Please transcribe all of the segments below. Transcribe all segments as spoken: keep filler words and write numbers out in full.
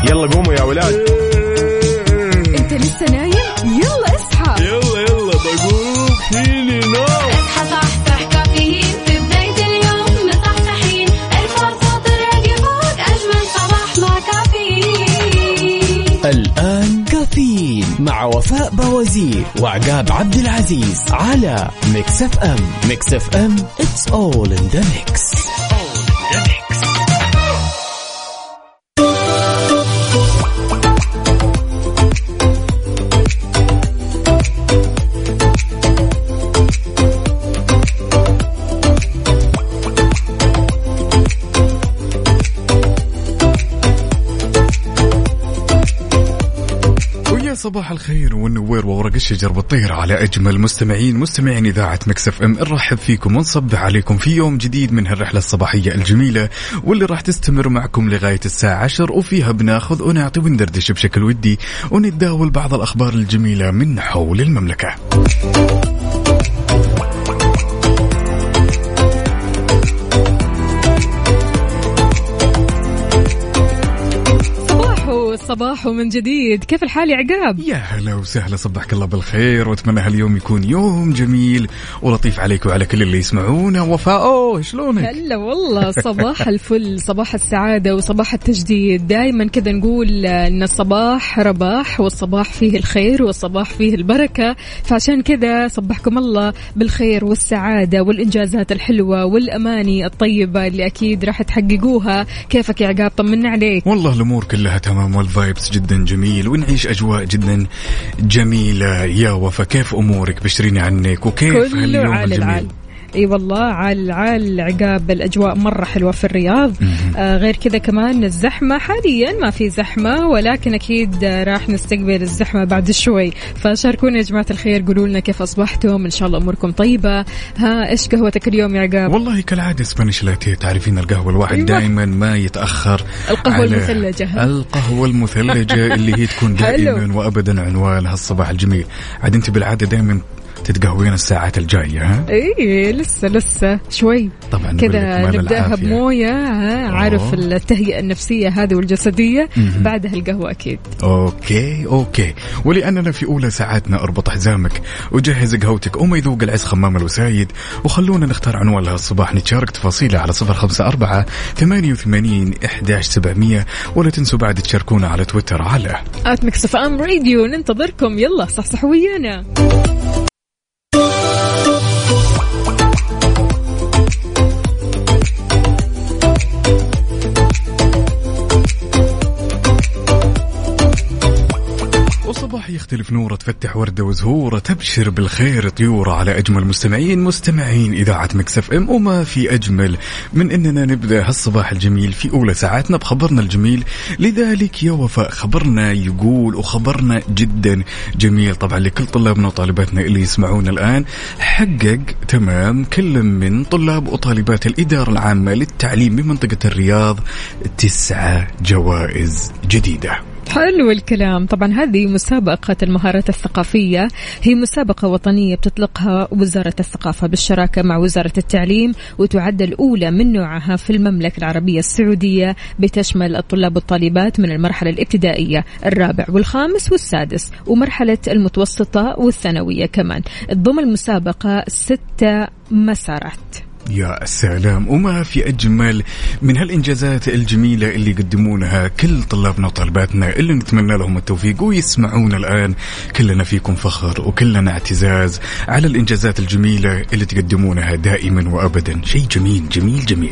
يلا قوموا يا ولاد. انت لسه نايم؟ يلا اصحى. يلا يلا بقوم فيني نوم. اصحى صحصح كافيين في بداية اليوم مصحصحين. الفرصة تراقي فوق أجمل صباح مع كافيين. الآن كافيين مع وفاء بوازير وعقاب عبد العزيز على ميكس اف ام. ميكس اف ام it's all in the mix. صباح الخير والنوير وورق الشجر بالطير على أجمل مستمعين مستمعين إذاعة ميكس اف ام. نرحب فيكم ونصبح عليكم في يوم جديد من هالرحلة الصباحية الجميلة واللي راح تستمر معكم لغاية الساعة عشر، وفيها بناخذ ونعطي وندردش بشكل ودي ونتداول بعض الأخبار الجميلة من حول المملكة. صباح من جديد. كيف الحال يا عقاب؟ يا هلا وسهلا، صبحك الله بالخير واتمنى هاليوم يكون يوم جميل ولطيف عليك وعلى كل اللي يسمعونا. وفاء أوه شلونك؟ هلا والله صباح الفل، صباح السعادة وصباح التجديد. دايما كذا نقول ان الصباح رباح والصباح فيه الخير والصباح فيه البركة، فعشان كذا صبحكم الله بالخير والسعادة والإنجازات الحلوة والأماني الطيبة اللي أكيد راح تحققوها. كيفك يا عقاب؟ طمنا عليك. والله الأمور كلها تمام والفايبس جدا جميل ونعيش أجواء جدا جميلة. يا وفا كيف أمورك؟ بشريني عنك وكيف هاليوم الجميل؟ اي والله عال عال عقاب، الاجواء مره حلوه في الرياض. آه غير كذا كمان الزحمه حاليا ما في زحمه، ولكن اكيد راح نستقبل الزحمه بعد شوي. فشاركونا يا جماعه الخير، قولوا لنا كيف اصبحتم، ان شاء الله اموركم طيبه. ها ايش قهوتك اليوم يا عقاب؟ والله كالعاده سبانيش لاتيه، تعرفين القهوه الواحد أيوة. دائما ما يتاخر. القهوه المثلجه القهوه المثلجه اللي هي تكون دائما وابدا عنوان هالصباح الجميل. عاد انت بالعاده دائما تتقهوين الساعات الجاية ها؟ ايه لسه لسه شوي طبعا كذا نبدأها بموية، عارف التهيئة النفسية هذه والجسدية م-م. بعدها القهوة أكيد. أوكي أوكي ولأننا في أولى ساعاتنا اربط حزامك وجهز قهوتك وما يذوق العز خمام الوسايد، وخلونا نختار عنوان لها الصباح نتشارك تفاصيله على صفر خمسة أربعة ثمانية وثمانين إحدى عشر سبعمية، ولا تنسوا بعد تشاركونا على تويتر على آت ميكس اف ام راديو. ننتظركم، يلا صحصحوا ويانا. صباح يختلف نوره، تفتح وردة وزهورة، تبشر بالخير طيورة على أجمل مستمعين مستمعين إذاعة ميكس اف ام. وما في أجمل من أننا نبدأ هالصباح الجميل في أولى ساعاتنا بخبرنا الجميل. لذلك يا وفاء خبرنا يقول وخبرنا جدا جميل طبعا لكل طلابنا وطالباتنا اللي يسمعونا الآن. حقق تمام كل من طلاب وطالبات الإدارة العامة للتعليم بمنطقة الرياض تسعة جوائز جديدة. حلو الكلام. طبعا هذه مسابقة المهارات الثقافية، هي مسابقة وطنية بتطلقها وزارة الثقافة بالشراكة مع وزارة التعليم، وتعد الأولى من نوعها في المملكة العربية السعودية، بتشمل الطلاب والطالبات من المرحلة الابتدائية الرابع والخامس والسادس ومرحلة المتوسطة والثانوية. كمان تضم المسابقة ستة مسارات. يا سلام، وما في أجمل من هالإنجازات الجميلة اللي يقدمونها كل طلابنا وطالباتنا اللي نتمنى لهم التوفيق ويسمعون الآن. كلنا فيكم فخر وكلنا اعتزاز على الإنجازات الجميلة اللي تقدمونها دائما وأبدا. شيء جميل جميل جميل.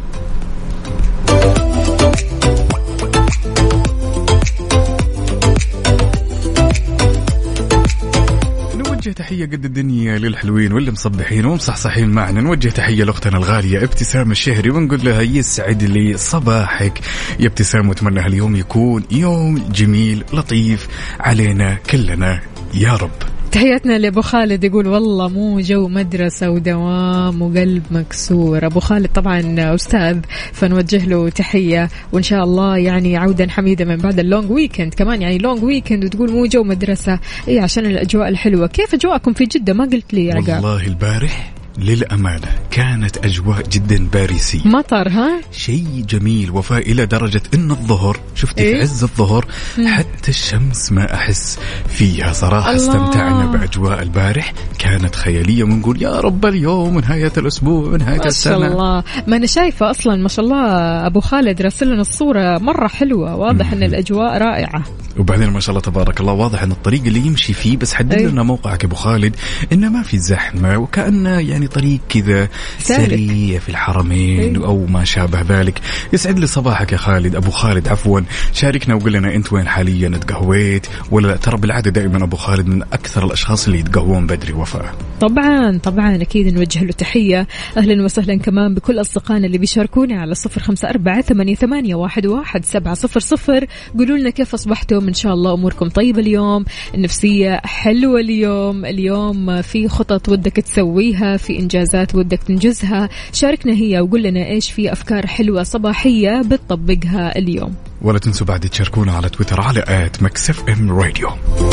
نوجه تحية قد الدنيا للحلوين واللي مصبحين ومصحصحين معنا. نوجه تحية لأختنا الغالية ابتسام الشهري ونقول لها يسعد لي صباحك يا ابتسام، واتمنى هاليوم يكون يوم جميل لطيف علينا كلنا يا رب. تحياتنا لأبو خالد، يقول والله مو جو مدرسة ودوام وقلب مكسور. أبو خالد طبعا أستاذ، فنوجه له تحية وإن شاء الله يعني عودا حميدة من بعد اللونج ويكند. كمان يعني لونج ويكند وتقول مو جو مدرسة، إيه عشان الأجواء الحلوة. كيف أجواءكم في جدة؟ ما قلت لي يا عقاب. والله البارح للأمانة كانت أجواء جدا باريسية، مطر ها شيء جميل وفاء، إلى درجة إن الظهر شفتي إيه؟ في عز الظهر حتى الشمس ما أحس فيها صراحة. الله. استمتعنا بأجواء البارح، كانت خيالية، ونقول يا رب اليوم نهاية الأسبوع نهاية السنة. ما شاء الله، ما أنا شايفة أصلا ما شاء الله أبو خالد راسل لنا الصورة مرة حلوة، واضح أن الأجواء رائعة. وبعدين ما شاء الله تبارك الله واضح أن الطريق اللي يمشي فيه، بس حدد أي. لنا موقعك أبو خالد إنه ما في زحمة، وكأنه يعني طريق كذا سريع في الحرمين أي. أو ما شابه ذلك. يسعد لي صباحك يا خالد، أبو خالد عفوا. شاركنا وقول لنا أنت وين حاليا، تقهويت ولا؟ ترى بالعادة دائما أبو خالد من أكثر الأشخاص اللي يتقهوون بدري. وفاء طبعا طبعا أكيد نوجه له تحية. أهلا وسهلا كمان بكل أصدقائنا اللي بيشاركونا على صفر خمسة أربعة ثمانية ثمانية واحد واحد سبعة صفر صفر. قولوا لنا كيف أصبحتم، إن شاء الله أموركم طيبة اليوم، النفسية حلوة اليوم، اليوم في خطط ودك تسويها، في إنجازات ودك تنجزها. شاركنا هي وقول لنا إيش في أفكار حلوة صباحية بتطبقها اليوم. ولا تنسوا بعد تشاركونا على تويتر على آت ميكس اف ام راديو.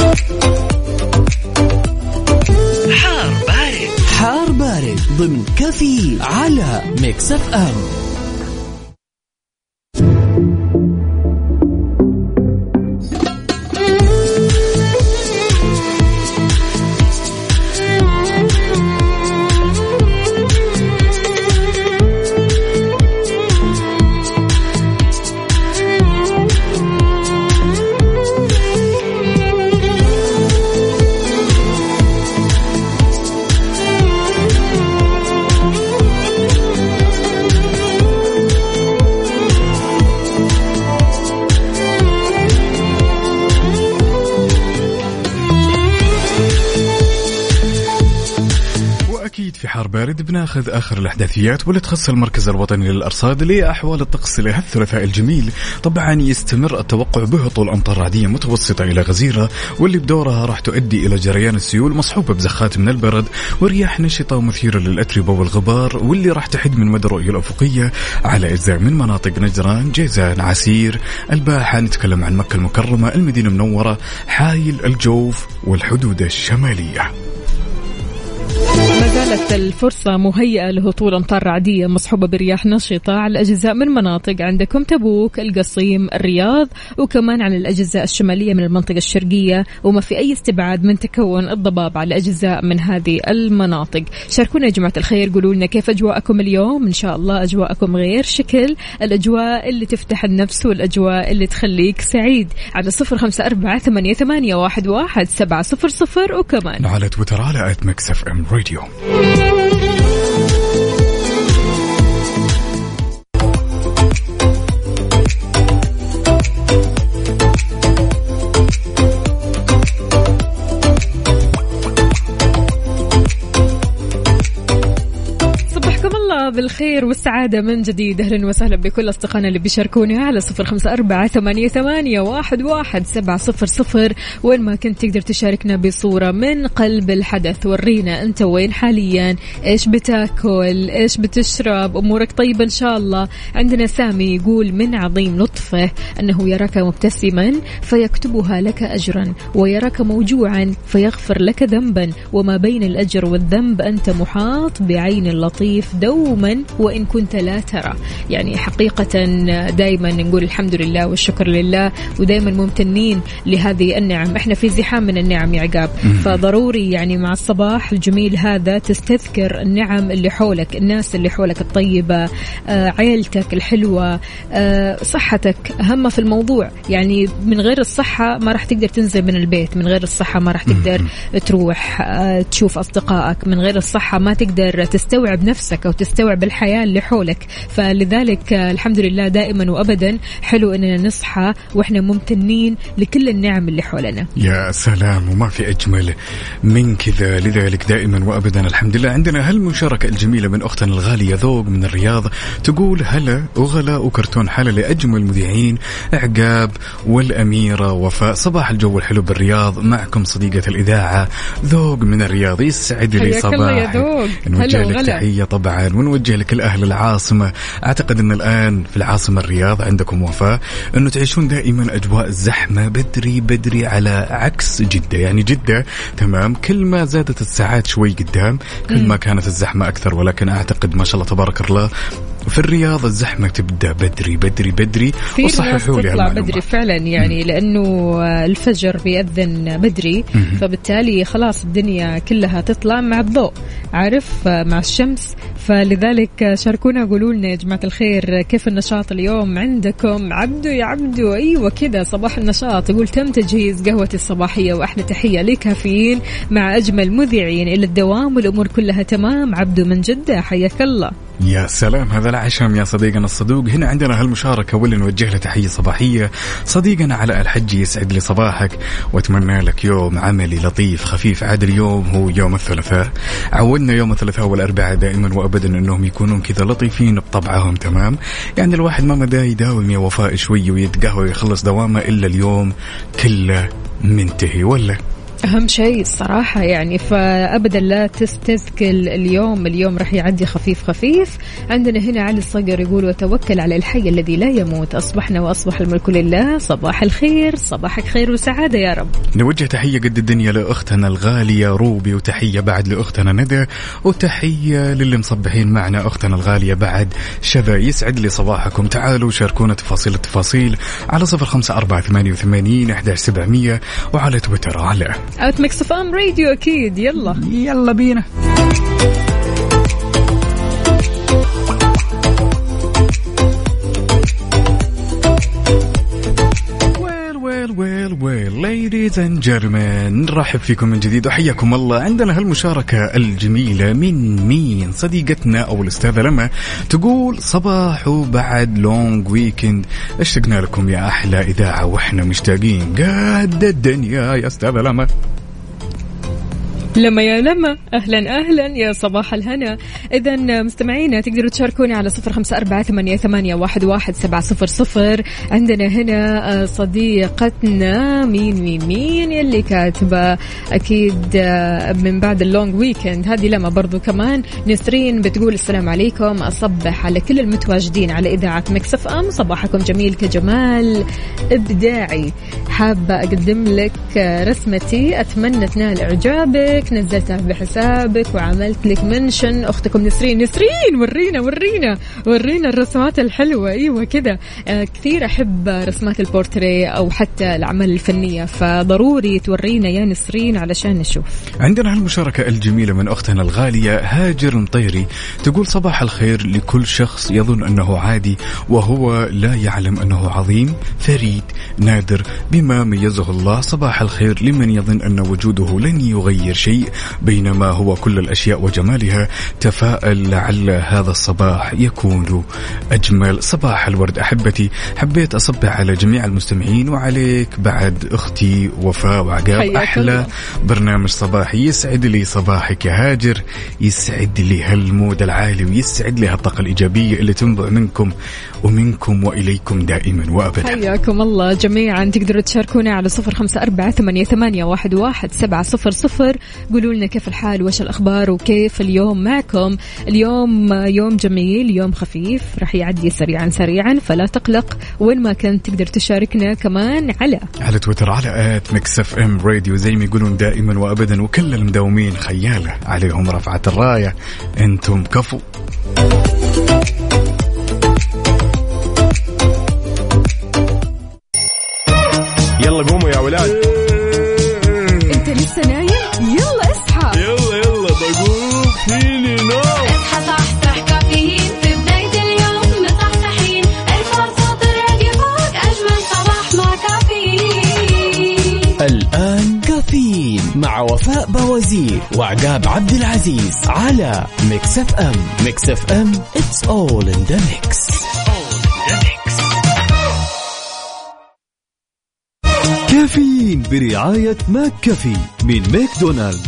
حار بارد، حار بارد ضمن كفي على ميكس اف ام. حار بارد بناخذ آخر الأحداثيات واللي تخص المركز الوطني للأرصاد لأحوال الطقس لهالثلاثاء الجميل. طبعا يستمر التوقع بهطول أمطار رعدية متوسطة إلى غزيرة، واللي بدورها راح تؤدي إلى جريان السيول مصحوبة بزخات من البرد ورياح نشطة ومثيرة للأتربة والغبار، واللي راح تحد من مدى الرؤية الأفقية على أجزاء من مناطق نجران، جيزان، عسير، الباحة، نتكلم عن مكة المكرمة، المدينة المنورة، حايل، الجوف والحدود الشمالية. ما زالت الفرصة مهيئة لهطول أمطار رعدية مصحوبة برياح نشطة على أجزاء من مناطق عندكم تبوك، القصيم، الرياض، وكمان على الأجزاء الشمالية من المنطقة الشرقية، وما في أي استبعاد من تكون الضباب على أجزاء من هذه المناطق. شاركونا يا جماعة الخير، قولوا لنا كيف أجواءكم اليوم. إن شاء الله أجواءكم غير شكل، الأجواء اللي تفتح النفس والأجواء اللي تخليك سعيد، على صفر خمسة أربعة ثمانية ثمانية واحد واحد سبعة صفر صفر، وكمان على تويتر على آت ميكس اف ام راديو. بالخير والسعادة من جديد. أهلا وسهلا بكل أصدقائنا اللي بيشاركونا على صفر خمسة أربعة ثمانية ثمانية واحد واحد سبعة صفر صفر. وين ما كنت تقدر تشاركنا بصورة من قلب الحدث، ورينا أنت وين حاليا، إيش بتاكل، إيش بتشرب، أمورك طيبة إن شاء الله. عندنا سامي يقول من عظيم لطفه أنه يراك مبتسما فيكتبها لك أجرا، ويراك موجوعا فيغفر لك ذنبا، وما بين الأجر والذنب أنت محاط بعين اللطيف دوما وإن كنت لا ترى. يعني حقيقة دائما نقول الحمد لله والشكر لله، ودائما ممتنين لهذه النعم. احنا في زحام من النعم يا عقاب، فضروري يعني مع الصباح الجميل هذا تستذكر النعم اللي حولك، الناس اللي حولك الطيبة، آه عيلتك الحلوة، آه صحتك أهم في الموضوع. يعني من غير الصحة ما راح تقدر تنزل من البيت، من غير الصحة ما راح تقدر تروح آه تشوف أصدقائك، من غير الصحة ما تقدر تستوعب نفسك أو تستوعب الحياة اللي حولك. فلذلك الحمد لله دائما وأبدا حلو أننا نصحى وإحنا ممتنين لكل النعم اللي حولنا. يا سلام، وما في أجمل من كذا. لذلك دائما وأبدا الحمد لله. عندنا هالمشاركة الجميلة من أختنا الغالية ذوق من الرياض، تقول هلا وغلا وكرتون حلا لأجمل مذيعين عقاب والأميرة وفاء. صباح الجو الحلو بالرياض، معكم صديقة الإذاعة ذوق من الرياض. يسعد لي صباحك، نوجه لك تحية طبعا، ونوجه لك لكل أهل العاصمة. أعتقد أن الآن في العاصمة الرياض عندكم وفاء أنه تعيشون دائما أجواء الزحمة بدري بدري على عكس جدة. يعني جدة تمام كل ما زادت الساعات شوي قدام كل ما كانت الزحمة أكثر، ولكن أعتقد ما شاء الله تبارك الله في الرياض الزحمة تبدأ بدري بدري بدري وصححوا لي تطلع بدري فعلا يعني م. لأنه الفجر بيأذن بدري م. فبالتالي خلاص الدنيا كلها تطلع مع الضوء عارف مع الشمس. فلذلك شاركونا قولوا لنا يا جماعة الخير كيف النشاط اليوم عندكم. عبدو يا عبدو أيوة كذا صباح النشاط يقول تم تجهيز قهوتي الصباحية وأحلى تحية لكافيين مع أجمل مذيعين إلى الدوام والأمور كلها تمام. عبدو من جدة حياك الله. يا سلام هذا العشم يا صديقنا الصدوق. هنا عندنا هالمشاركة واللي نوجه له تحية صباحية صديقنا علاء الحجي يسعد لي صباحك واتمنى لك يوم عملي لطيف خفيف. عاد اليوم هو يوم الثلاثاء، عودنا يوم الثلاثاء والأربعاء دائما وأبدا أنهم يكونون كذا لطيفين بطبعهم تمام. يعني الواحد ما مدى يداوم يا وفاء شوي ويتقهوى ويخلص دوامه إلا اليوم كله منتهي ولا أهم شيء الصراحة يعني. فأبدا لا تستثقل اليوم، اليوم رح يعدي خفيف خفيف. عندنا هنا علي الصقر يقول وتوكل على الحي الذي لا يموت أصبحنا وأصبح الملك لله. صباح الخير صباحك خير وسعادة يا رب. نوجه تحية قد الدنيا لأختنا الغالية روبي وتحية بعد لأختنا ندى وتحية للي مصبحين معنا أختنا الغالية بعد شذا. يسعد لي صباحكم. تعالوا شاركونا تفاصيل التفاصيل على صفر خمسة أربعة ثمانية وثمانين أحد عشر سبعمية وعلى تويتر على أوت ميكس اف ام راديو. أكيد يلا يلا بينا. ويل ويل ladies and gentlemen نرحب فيكم من جديد وحياكم الله. عندنا هالمشاركة الجميلة من مين صديقتنا أو الأستاذة لما تقول صباح بعد لونج ويكند اشتقنا لكم يا أحلى إذاعة وإحنا مشتاقين قد الدنيا يا أستاذة لما. لما يا لما أهلا أهلا يا صباح الهنا. إذا مستمعينا تقدروا تشاركوني على صفر خمسة أربعة ثمانية ثمانية واحد واحد سبعة صفر صفر. عندنا هنا صديقتنا مين مين مين يلي كاتبة أكيد من بعد اللونج ويكند هذه لما برضو كمان. نسرين بتقول السلام عليكم أصبح على كل المتواجدين على إذاعة ميكس اف ام صباحكم جميل كجمال إبداعي. حابة أقدم لك رسمتي أتمنى تنال إعجابك نزلتها بحسابك وعملت لك منشن أختكم نسرين. نسرين ورينا ورينا ورينا الرسمات الحلوة. أيوة كذا آه كثير أحب رسمات البورتريه أو حتى الأعمال الفنية فضروري تورينا يا نسرين علشان نشوف. عندنا هالمشاركة الجميلة من أختنا الغالية هاجر المطيري تقول صباح الخير لكل شخص يظن أنه عادي وهو لا يعلم أنه عظيم فريد نادر بما ميزه الله. صباح الخير لمن يظن أن وجوده لن يغير شيء بينما هو كل الأشياء وجمالها. تفائل لعل هذا الصباح يكون أجمل. صباح الورد أحبتي. حبيت أصبح على جميع المستمعين وعليك بعد أختي وفاء وعقاب أحلى برنامج صباحي. يسعد لي صباحك يا هاجر يسعد لي هالمود العالي ويسعد لي هالطاقة الإيجابية اللي تنبع منكم ومنكم وإليكم دائما وأبدا. حياكم الله جميعا. تقدروا تشاركونا على صفر خمسة أربعة ثمانية ثمانية واحد واحد سبعة صفر صفر. قولوا لنا كيف الحال وش الأخبار وكيف اليوم معكم. اليوم يوم جميل يوم خفيف رح يعدي سريعا سريعا فلا تقلق. وين ما كنت تقدر تشاركنا كمان على على تويتر على آت ميكس اف ام راديو زي ما يقولون دائما وأبدا. وكل المداومين خيالة عليهم رفعت الراية انتم كفو. يلا قوموا يا ولاد. انت لسه نايم؟ يلا اصحى يلا يلا بقوم فيني نوم. اصحى صحصح كافيين في بداية اليوم مصحصحين ارفع صوت الراديو فوق أجمل صباح مع كافيين. الآن كافيين مع وفاء بوازير وعقاب عبد العزيز على ميكس اف ام. ميكس اف ام it's all in the mix. كافيين برعاية ماك كافي من ماكدونالدز.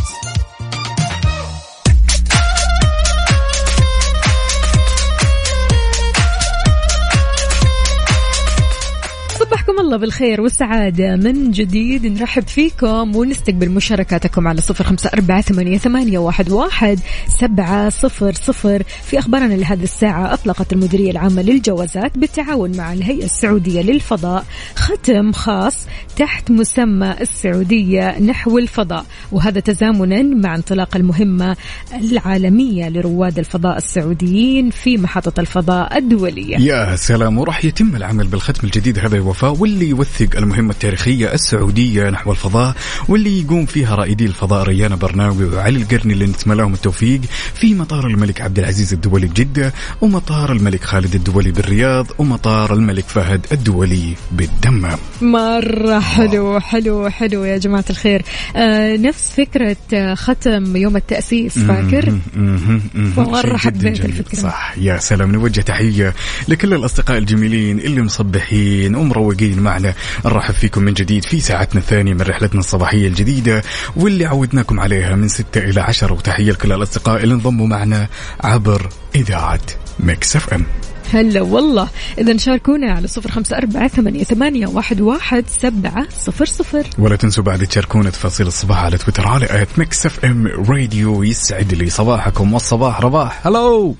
الله بالخير والسعادة من جديد. نرحب فيكم ونستقبل مشاركاتكم على صفر خمسة أربعة ثمانية, ثمانية واحد, واحد سبعة صفر صفر. في أخبارنا لهذه الساعة، أطلقت المديرية العامة للجوازات بالتعاون مع الهيئة السعودية للفضاء ختم خاص تحت مسمى السعودية نحو الفضاء، وهذا تزامنا مع انطلاق المهمة العالمية لرواد الفضاء السعوديين في محطة الفضاء الدولية. يا سلام. وراح يتم العمل بالختم الجديد هذا وفاء، واللي يوثق المهمة التاريخية السعودية نحو الفضاء، واللي يقوم فيها رائدي الفضاء ريان برناوي وعلي القرني اللي نتمنى لهم التوفيق في مطار الملك عبد العزيز الدولي بجدة، ومطار الملك خالد الدولي بالرياض، ومطار الملك فهد الدولي بالدمام. مرة حلو حلو حلو يا جماعة الخير. آه نفس فكرة ختم يوم التأسيس، فاكر؟ مرة حبيت الفكرة. صح. يا سلام. نوجه تحية لكل الأصدقاء الجميلين اللي مصبحين ومروقين معنا. نرحب فيكم من جديد في ساعتنا الثانية من رحلتنا الصباحية الجديدة واللي عودناكم عليها من ستة إلى عشرة. وتحية لكل الأصدقاء اللي انضموا معنا عبر إذاعة ميكس اف ام. هلا والله. إذا شاركونا على صفر خمسة أربعة ثمانية, ثمانية واحد, واحد سبعة صفر صفر. ولا تنسوا بعد تشاركونا تفاصيل الصباح على تويتر على آت ميكس اف ام راديو. يسعد لي صباحكم والصباح رباح. هلو.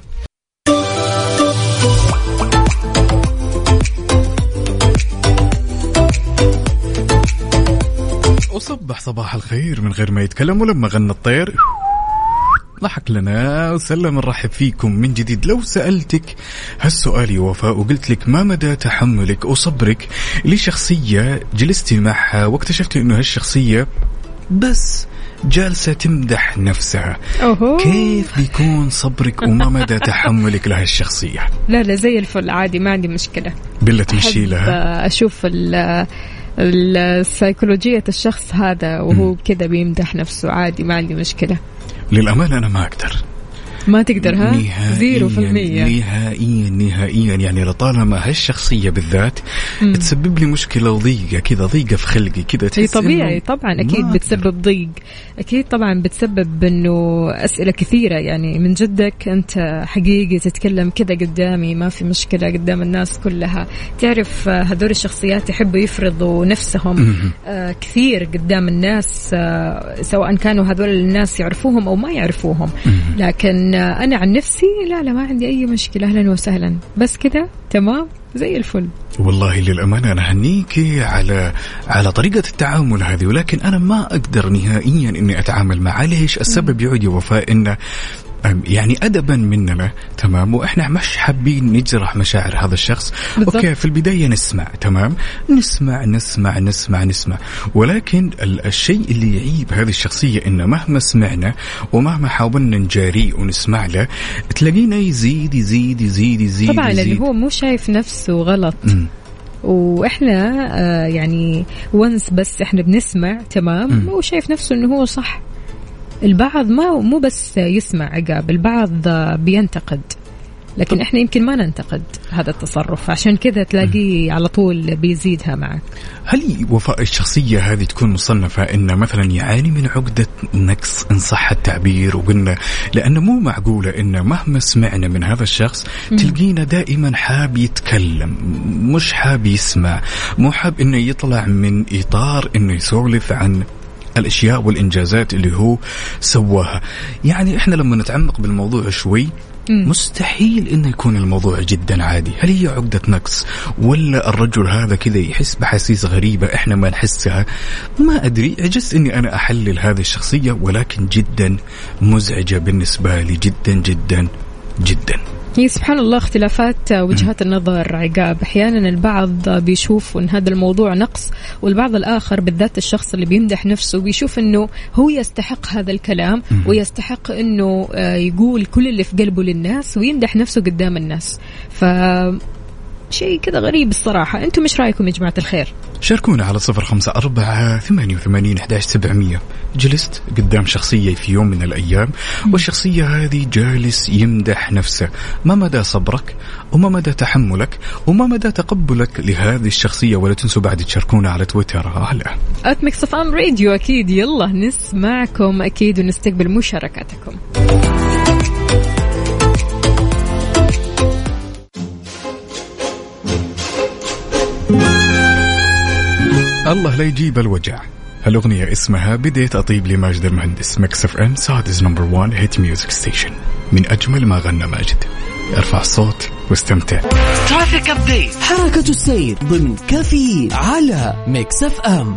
وصبح صباح الخير من غير ما يتكلم، ولما غنى الطير ضحك لنا وسلم. نرحب فيكم من جديد. لو سألتك هالسؤال يا وفاء وقلت لك ما مدى تحملك وصبرك لشخصية جلستي معها واكتشفت انه هالشخصية بس جالسة تمدح نفسها، أوهو. كيف بيكون صبرك وما مدى تحملك لها الشخصية؟ لا لا زي الفل عادي، ما عندي مشكلة. بالله تمشي لها. أشوف السيكولوجية الشخص هذا وهو كذا بيمدح نفسه عادي، ما عندي مشكلة. للأمانة أنا ما أقدر. ما تقدرها زيرو في المية نهائيا نهائيا. يعني لطالما هالشخصية بالذات مم. تسبب لي مشكلة وضيقة كذا، ضيقة في خلقي كذا. هي طبيعي طبعا، أكيد بتسبب ضيق، أكيد طبعا بتسبب إنه أسئلة كثيرة. يعني من جدك أنت حقيقي تتكلم كذا قدامي، ما في مشكلة قدام الناس كلها. تعرف هذول الشخصيات يحبوا يفرضوا نفسهم آه كثير قدام الناس، آه سواء كانوا هذول الناس يعرفوهم أو ما يعرفوهم. لكن أنا عن نفسي لا لا ما عندي أي مشكلة، أهلا وسهلا، بس كده تمام زي الفل. والله للأمانة أنا هنيكي على على طريقة التعامل هذه، ولكن أنا ما أقدر نهائيا إني أتعامل معه. ليش؟ السبب يعود يا وفاء إنه يعني أدبا مننا تمام، وإحنا مش حابين نجرح مشاعر هذا الشخص بالضبط. أوكي في البداية نسمع تمام، نسمع نسمع نسمع نسمع، ولكن الشيء اللي يعيب هذه الشخصية إنه مهما سمعنا ومهما حاولنا نجاريه ونسمع له تلاقينا يزيد يزيد يزيد يزيد طبعا يزيد. لأنه هو مو شايف نفسه غلط. م. وإحنا آه يعني ونس بس إحنا بنسمع تمام، مو شايف نفسه إنه هو صح. البعض ما مو بس يسمع عقاب، البعض بينتقد، لكن احنا يمكن ما ننتقد هذا التصرف، عشان كذا تلاقيه على طول بيزيدها معك. هل وفاء الشخصية هذه تكون مصنفة إنه مثلا يعاني من عقدة نقص إن صح التعبير؟ وقلنا لأنه مو معقولة إنه مهما سمعنا من هذا الشخص تلقينا دائما حاب يتكلم، مش حاب يسمع، مو حاب إنه يطلع من إطار إنه يسولف عن الأشياء والإنجازات اللي هو سواها. يعني إحنا لما نتعمق بالموضوع شوي مستحيل إنه يكون الموضوع جدا عادي. هل هي عقدة نقص ولا الرجل هذا كذا يحس بحسيس غريبة إحنا ما نحسها؟ ما أدري. عجزت إني أنا أحلل هذه الشخصية، ولكن جدا مزعجة بالنسبة لي جدا جدا جدا. هي سبحان الله اختلافات وجهات النظر عقاب. أحيانا البعض بيشوف أن هذا الموضوع نقص، والبعض الآخر بالذات الشخص اللي بيمدح نفسه بيشوف أنه هو يستحق هذا الكلام ويستحق أنه يقول كل اللي في قلبه للناس ويمدح نفسه قدام الناس. ف شيء كذا غريب الصراحة. أنتم مش رأيكم يا جماعة الخير؟ شاركونا على صفر خمسة أربعة ثمانية وثمانين أحد عشر سبعمية. جلست قدام شخصية في يوم من الأيام والشخصية هذه جالس يمدح نفسه، ما مدى صبرك وما مدى تحملك وما مدى تقبلك لهذه الشخصية؟ ولا تنسوا بعد تشاركونا على تويتر هلا آت ميكس اف ام راديو. أكيد يلا نسمعكم أكيد ونستقبل مشاركاتكم. الله لا يجيب الوجع. هالأغنية اسمها بديت أطيب لماجد المهندس. ميكس اف ام سعوديز نمبر وان هيت ميوزك ستيشن. من أجمل ما غنى ماجد. ارفع الصوت واستمتع. ترافيك ابديت، حركة السير ضمن كافيين على ميكس اف ام.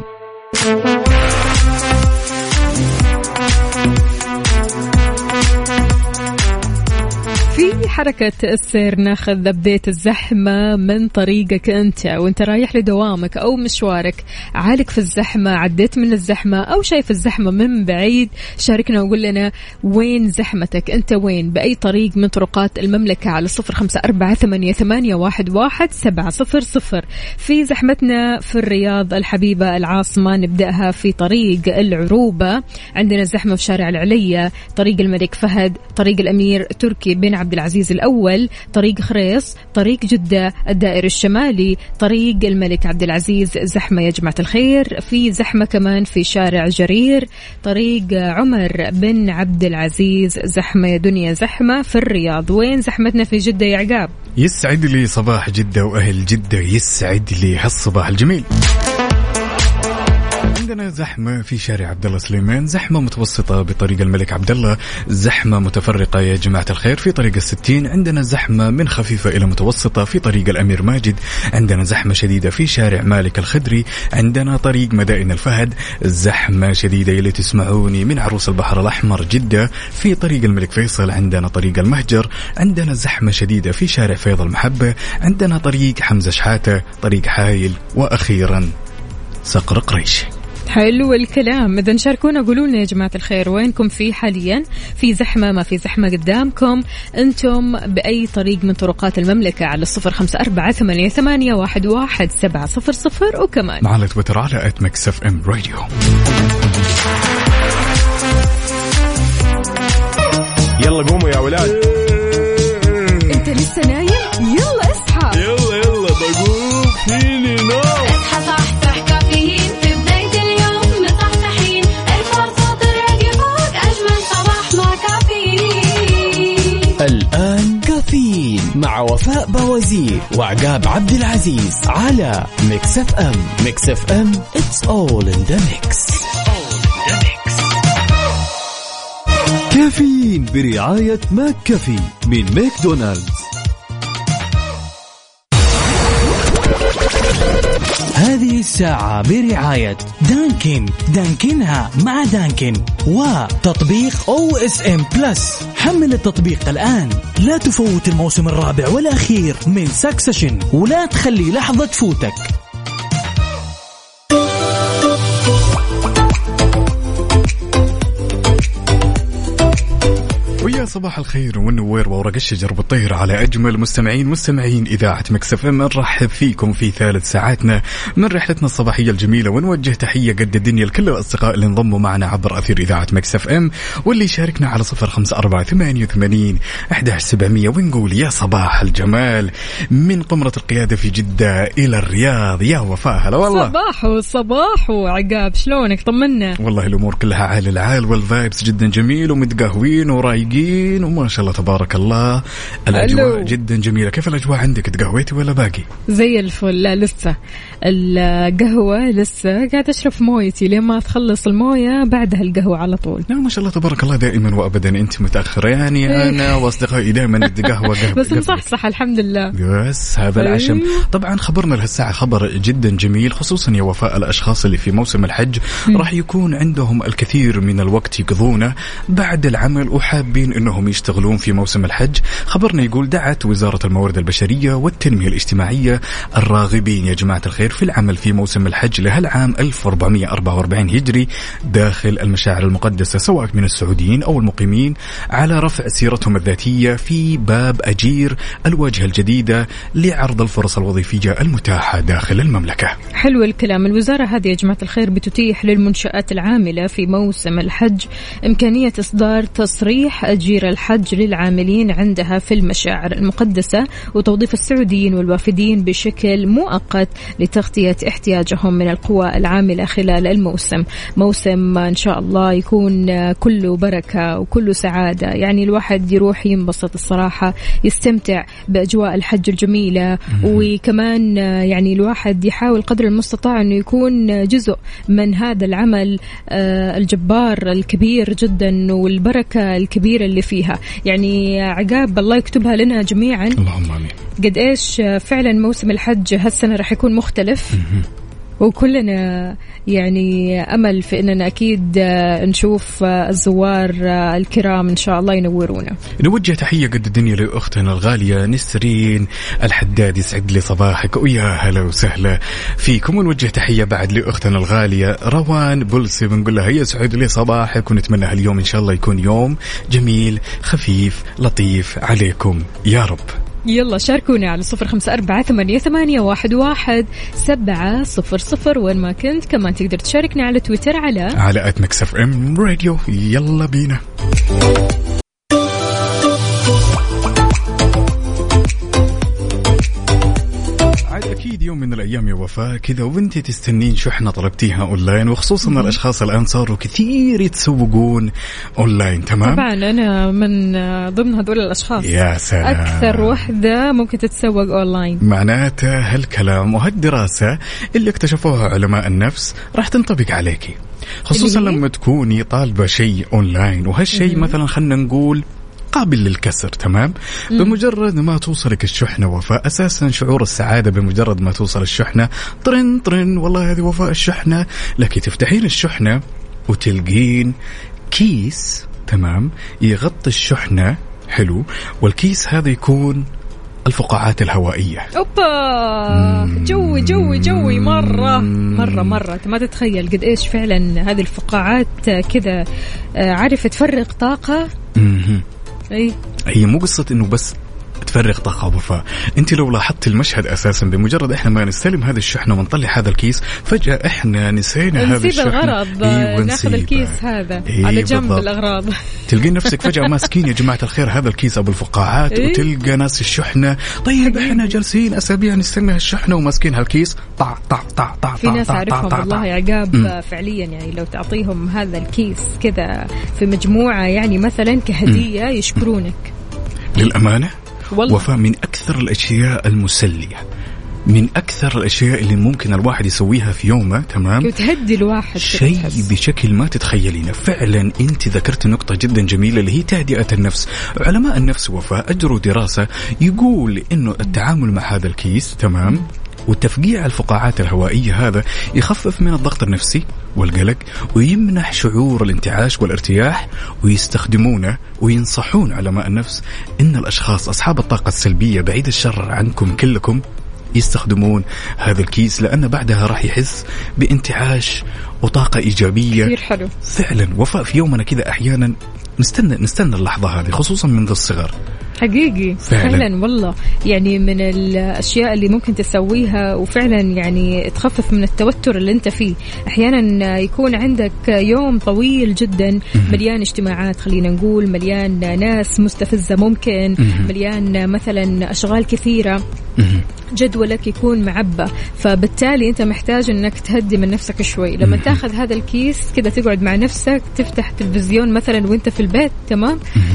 في حركة السير ناخذ بداية الزحمة من طريقك أنت وأنت رايح لدوامك أو مشوارك. عالق في الزحمة، عديت من الزحمة أو شايف الزحمة من بعيد، شاركنا وقول لنا وين زحمتك، أنت وين، بأي طريق من طرقات المملكة على صفر خمسة أربعة ثمانية ثمانية واحد واحد سبعة صفر صفر. في زحمتنا في الرياض الحبيبة العاصمة نبدأها في طريق العروبة، عندنا زحمة في شارع العلية، طريق الملك فهد، طريق الأمير تركي بن عبد العزيز الأول، طريق خريص، طريق جدة الدائر الشمالي، طريق الملك عبد العزيز زحمة يا جماعة الخير. في زحمة كمان في شارع جرير، طريق عمر بن عبد العزيز زحمة يا دنيا زحمة في الرياض. وين زحمتنا في جدة يا عقاب؟ يسعد لي صباح جدة وأهل جدة، يسعد لي هالصباح الجميل. عندنا زحمة في شارع عبد الله سليمان، زحمة متوسطة بطريق الملك عبد الله، زحمة متفرقة يا جماعة الخير في طريق الستين، عندنا زحمة من خفيفة إلى متوسطة في طريق الأمير ماجد، عندنا زحمة شديدة في شارع مالك الخدري، عندنا طريق مدائن الفهد، زحمة شديدة اللي تسمعوني من عروس البحر الأحمر جدة في طريق الملك فيصل، عندنا طريق المهجر، عندنا زحمة شديدة في شارع فيض المحبة، عندنا طريق حمزة شحاتة، طريق حايل، وأخيرا صقر قريش. حلو الكلام. إذا شاركونا قولوا لنا يا جماعة الخير وينكم في حاليا، في زحمة ما في زحمة قدامكم، أنتم بأي طريق من طرقات المملكة على الصفر خمسة أربعة ثمانية ثمانية واحد واحد سبعة صفر صفر. وكمان على تويتر على آت ميكس اف ام راديو. يلا قوموا يا ولاد. أنت لسه نايم؟ يلا اصحى. يلا يلا بقوم فيني نوم. اصحى صحصح كافيين في بداية اليوم مصحصحين، الفرصة تراقي فوق أجمل صباح مع كافيين. الآن كافيين مع وفاء بوازير وعقاب عبد العزيز على ميكس اف ام. ميكس اف ام it's all in the mix. كافيين برعاية ماك كافي من ماكدونالدز. هذه الساعة برعاية دانكن، دانكنها مع دانكن، وتطبيق أو إس إم بلس. حمل التطبيق الآن، لا تفوت الموسم الرابع والأخير من سكسشن ولا تخلي لحظة تفوتك. ويا صباح الخير والنوير وورق الشجر بالطير على أجمل مستمعين مستمعين إذاعة ميكس اف ام. نرحب فيكم في ثالث ساعاتنا من رحلتنا الصباحية الجميلة، ونوجه تحية قد الدنيا لكل الأصدقاء اللي انضموا معنا عبر أثير إذاعة ميكس اف ام، واللي شاركنا على صفر خمسة أربعة ثمانية وثمانين أحد عشر سبعمية. ونقول يا صباح الجمال من قمرة القيادة في جدة إلى الرياض. يا وفاء هلا والله. صباحو صباحو عقاب، شلونك؟ طمنا. والله الأمور كلها عال العال، والفايبس جدا جميل ومتقهوين ورايقين وما شاء الله تبارك الله. الأجواء ألو. جدا جميلة. كيف الأجواء عندك؟ تقهويتي ولا باقي؟ زي الفل. لا لسه القهوة لسه قاعد أشرب مويتي لما تخلص الموية بعدها القهوة على طول. لا ما شاء الله تبارك الله، دائما وأبدا أنت متأخرة يعني. أنا وأصدقائي دائما ندي قهوة قهوة بس مصحصح الحمد لله. بس هذا العشم. طبعا خبرنا لهالساعة خبر جدا جميل، خصوصا يا وفاء الأشخاص اللي في موسم الحج راح يكون عندهم الكثير من الوقت يقضونه بعد العمل وحابين أنهم يشتغلون في موسم الحج. خبرنا يقول دعت وزارة الموارد البشرية والتنمية الاجتماعية الراغبين يا جماعة الخير في العمل في موسم الحج لهالعام ألف وأربعمائة وأربعة وأربعين هجري داخل المشاعر المقدسة، سواء من السعوديين أو المقيمين، على رفع سيرتهم الذاتية في باب أجير الواجهة الجديدة لعرض الفرص الوظيفية المتاحة داخل المملكة. حلو الكلام. الوزارة هذه يا جماعة الخير بتتيح للمنشآت العاملة في موسم الحج إمكانية إصدار تصريح أجير تسيير الحج للعاملين عندها في المشاعر المقدسة وتوظيف السعوديين والوافدين بشكل مؤقت لتغطية احتياجهم من القوى العاملة خلال الموسم. موسم إن شاء الله يكون كله بركة وكله سعادة، يعني الواحد يروح ينبسط الصراحة، يستمتع بأجواء الحج الجميلة، وكمان يعني الواحد يحاول قدر المستطاع أنه يكون جزء من هذا العمل الجبار الكبير جدا والبركة الكبيرة اللي فيها. يعني عقاب الله يكتبها لنا جميعا، اللهم آمين. قد إيش فعلا موسم الحج هالسنة رح يكون مختلف، وكلنا يعني أمل في أننا أكيد نشوف الزوار الكرام إن شاء الله ينورونا. نوجه تحية قد الدنيا لأختنا الغالية نسرين الحداد، يسعد لي صباحك ويا هلا وسهلا فيكم. ونوجه تحية بعد لأختنا الغالية روان بولسي، بنقول لها يسعد لي صباحك، ونتمنى هاليوم إن شاء الله يكون يوم جميل خفيف لطيف عليكم يا رب. يلا شاركونا على صفر خمسة أربعة ثمانية ثمانية واحد واحد سبعة صفر صفر وين ما كنت. كمان تقدر تشاركنا على تويتر على على آت ميكس إف إم راديو. يلا بينا. أكيد يوم من الأيام يا وفاء كذا وانتي تستنين شحنة طلبتيها أونلاين، وخصوصا الأشخاص الآن صاروا كثير يتسوقون أونلاين. تمام، طبعا أنا من ضمن هذول الأشخاص. يا سلام، أكثر وحدة ممكن تتسوق أونلاين. معناته هالكلام وهالدراسة اللي اكتشفوها علماء النفس راح تنطبق عليكي، خصوصا لما تكوني طالبة شيء أونلاين، وهالشيء مثلا خلنا نقول قابل للكسر. تمام، بمجرد ما توصلك الشحنة وفاء، أساسا شعور السعادة بمجرد ما توصل الشحنة طرن طرن، والله هذه وفاء الشحنة، لكن تفتحين الشحنة وتلقين كيس تمام يغطي الشحنة، حلو، والكيس هذا يكون الفقاعات الهوائية. أوبا، جوي جوي جوي مرة مرة مرة. ما تتخيل قد إيش فعلا هذه الفقاعات كذا عارف تفرغ طاقة. أي. هي مو قصة إنه بس تفرغ طاقة وفاء، أنت لو لاحظت المشهد أساسا بمجرد إحنا ما نستلم هذا الشحنة ونطلع هذا الكيس، فجأة إحنا نسينا هذا الشحنة، الغرض. إيه ناخذ الكيس هذا إيه على جنب بالضبط. الأغراض تلقين نفسك فجأة ماسكين يا جماعة الخير هذا الكيس أبو الفقاعات. إيه؟ وتلقى ناس الشحنة، طيب إحنا جالسين أسابيع نستنى الشحنة وماسكين هالكيس، طع طع طع طع. في ناس أعرفهم والله يا عقاب فعليا، يعني لو تعطيهم هذا الكيس كذا في مجموعة يعني مثلا كهدية يشكرونك للأمانة. والله. وفاء من أكثر الأشياء المسلية، من أكثر الأشياء اللي ممكن الواحد يسويها في يومه، تمام، وتهدي الواحد شيء بشكل ما تتخيلينه. فعلا أنت ذكرت نقطة جدا جميلة اللي هي تهدئة النفس. علماء النفس وفاء أجروا دراسة يقول إنه التعامل مع هذا الكيس تمام وتفقيع الفقاعات الهوائية هذا يخفف من الضغط النفسي والقلق، ويمنح شعور الانتعاش والارتياح، ويستخدمونه وينصحون علماء النفس إن الأشخاص أصحاب الطاقة السلبية بعيد الشر عنكم كلكم يستخدمون هذا الكيس، لأن بعدها راح يحس بانتعاش وطاقة إيجابية. كثير حلو فعلا. وفاء في يومنا كذا أحيانا نستنى نستنى اللحظة هذه، خصوصا منذ الصغر. حقيقي فعلا. فعلا والله، يعني من الأشياء اللي ممكن تسويها وفعلا يعني تخفف من التوتر اللي انت فيه. أحيانا يكون عندك يوم طويل جدا مليان اجتماعات، خلينا نقول مليان ناس مستفزة، ممكن مليان مثلا أشغال كثيرة، جدولك يكون معبى، فبالتالي انت محتاج انك تهدي من نفسك شوي. لما تاخذ هذا الكيس كده تقعد مع نفسك، تفتح تلفزيون مثلا وانت في البيت، تمام،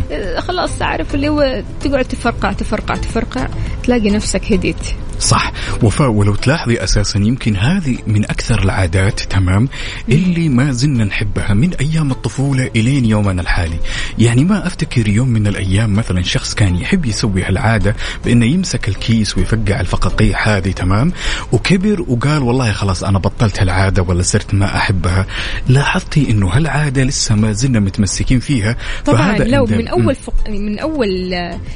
خلاص تعرف اللي هو تقعد تفرقع تفرقع تفرقع، تلاقي نفسك هديت. صح وفاء. ولو تلاحظي أساسا يمكن هذه من أكثر العادات تمام اللي ما زلنا نحبها من أيام الطفولة إلين يومنا الحالي. يعني ما أفتكر يوم من الأيام مثلا شخص كان يحب يسوي هالعادة بأنه يمسك الكيس ويفقع الفقاقيع هذه تمام وكبر وقال والله خلاص أنا بطلت هالعادة ولا صرت ما أحبها. لاحظتي إنه هالعادة لسه ما زلنا متمسكين فيها. طبعا لو من أول فق... من أول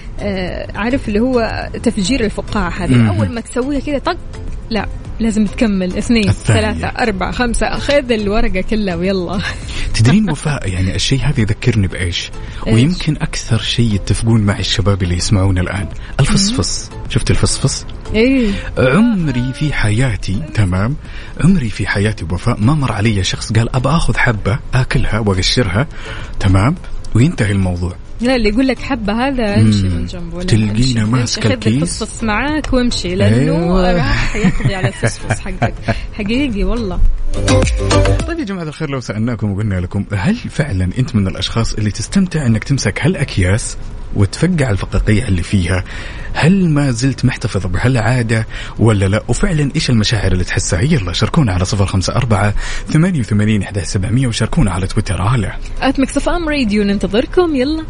آه عارف اللي هو تفجير الفقاعة هذه، أول ما تسويها كده طق، لا لازم تكمل اثنين الثانية. ثلاثة أربعة خمسة، أخذ الورقة كلها ويلا. تدرين وفاء يعني الشيء هذا يذكرني بإيش؟ ويمكن أكثر شيء يتفقون مع الشباب اللي يسمعون الآن، الفصفص. شفت الفصفص؟ إيه. عمري في حياتي تمام عمري في حياتي وفاء ما مر علي شخص قال أبى أخذ حبة أكلها وأقشرها تمام وينتهي الموضوع. لا اللي يقول لك حبة هذا امشي من جنبه، تلقينا ماسك الكيس فصفص معاك وامشي لأنه أيوة. راح يقضي على الفصفص حقك حقيقي والله. طيب يا جماعة الخير، لو سألناكم وقلنا لكم هل فعلا أنت من الأشخاص اللي تستمتع أنك تمسك هالأكياس وتفقع الفقاقيع اللي فيها؟ هل ما زلت محتفظ بهالعادة ولا لا؟ وفعلا إيش المشاعر اللي تحسها؟ يلا شاركونا على صفر خمسة أربعة ثمانية وثمانين أحد سبعمية وشاركونا على تويتر على آت ميكس إف إم راديو. ننتظركم يلا.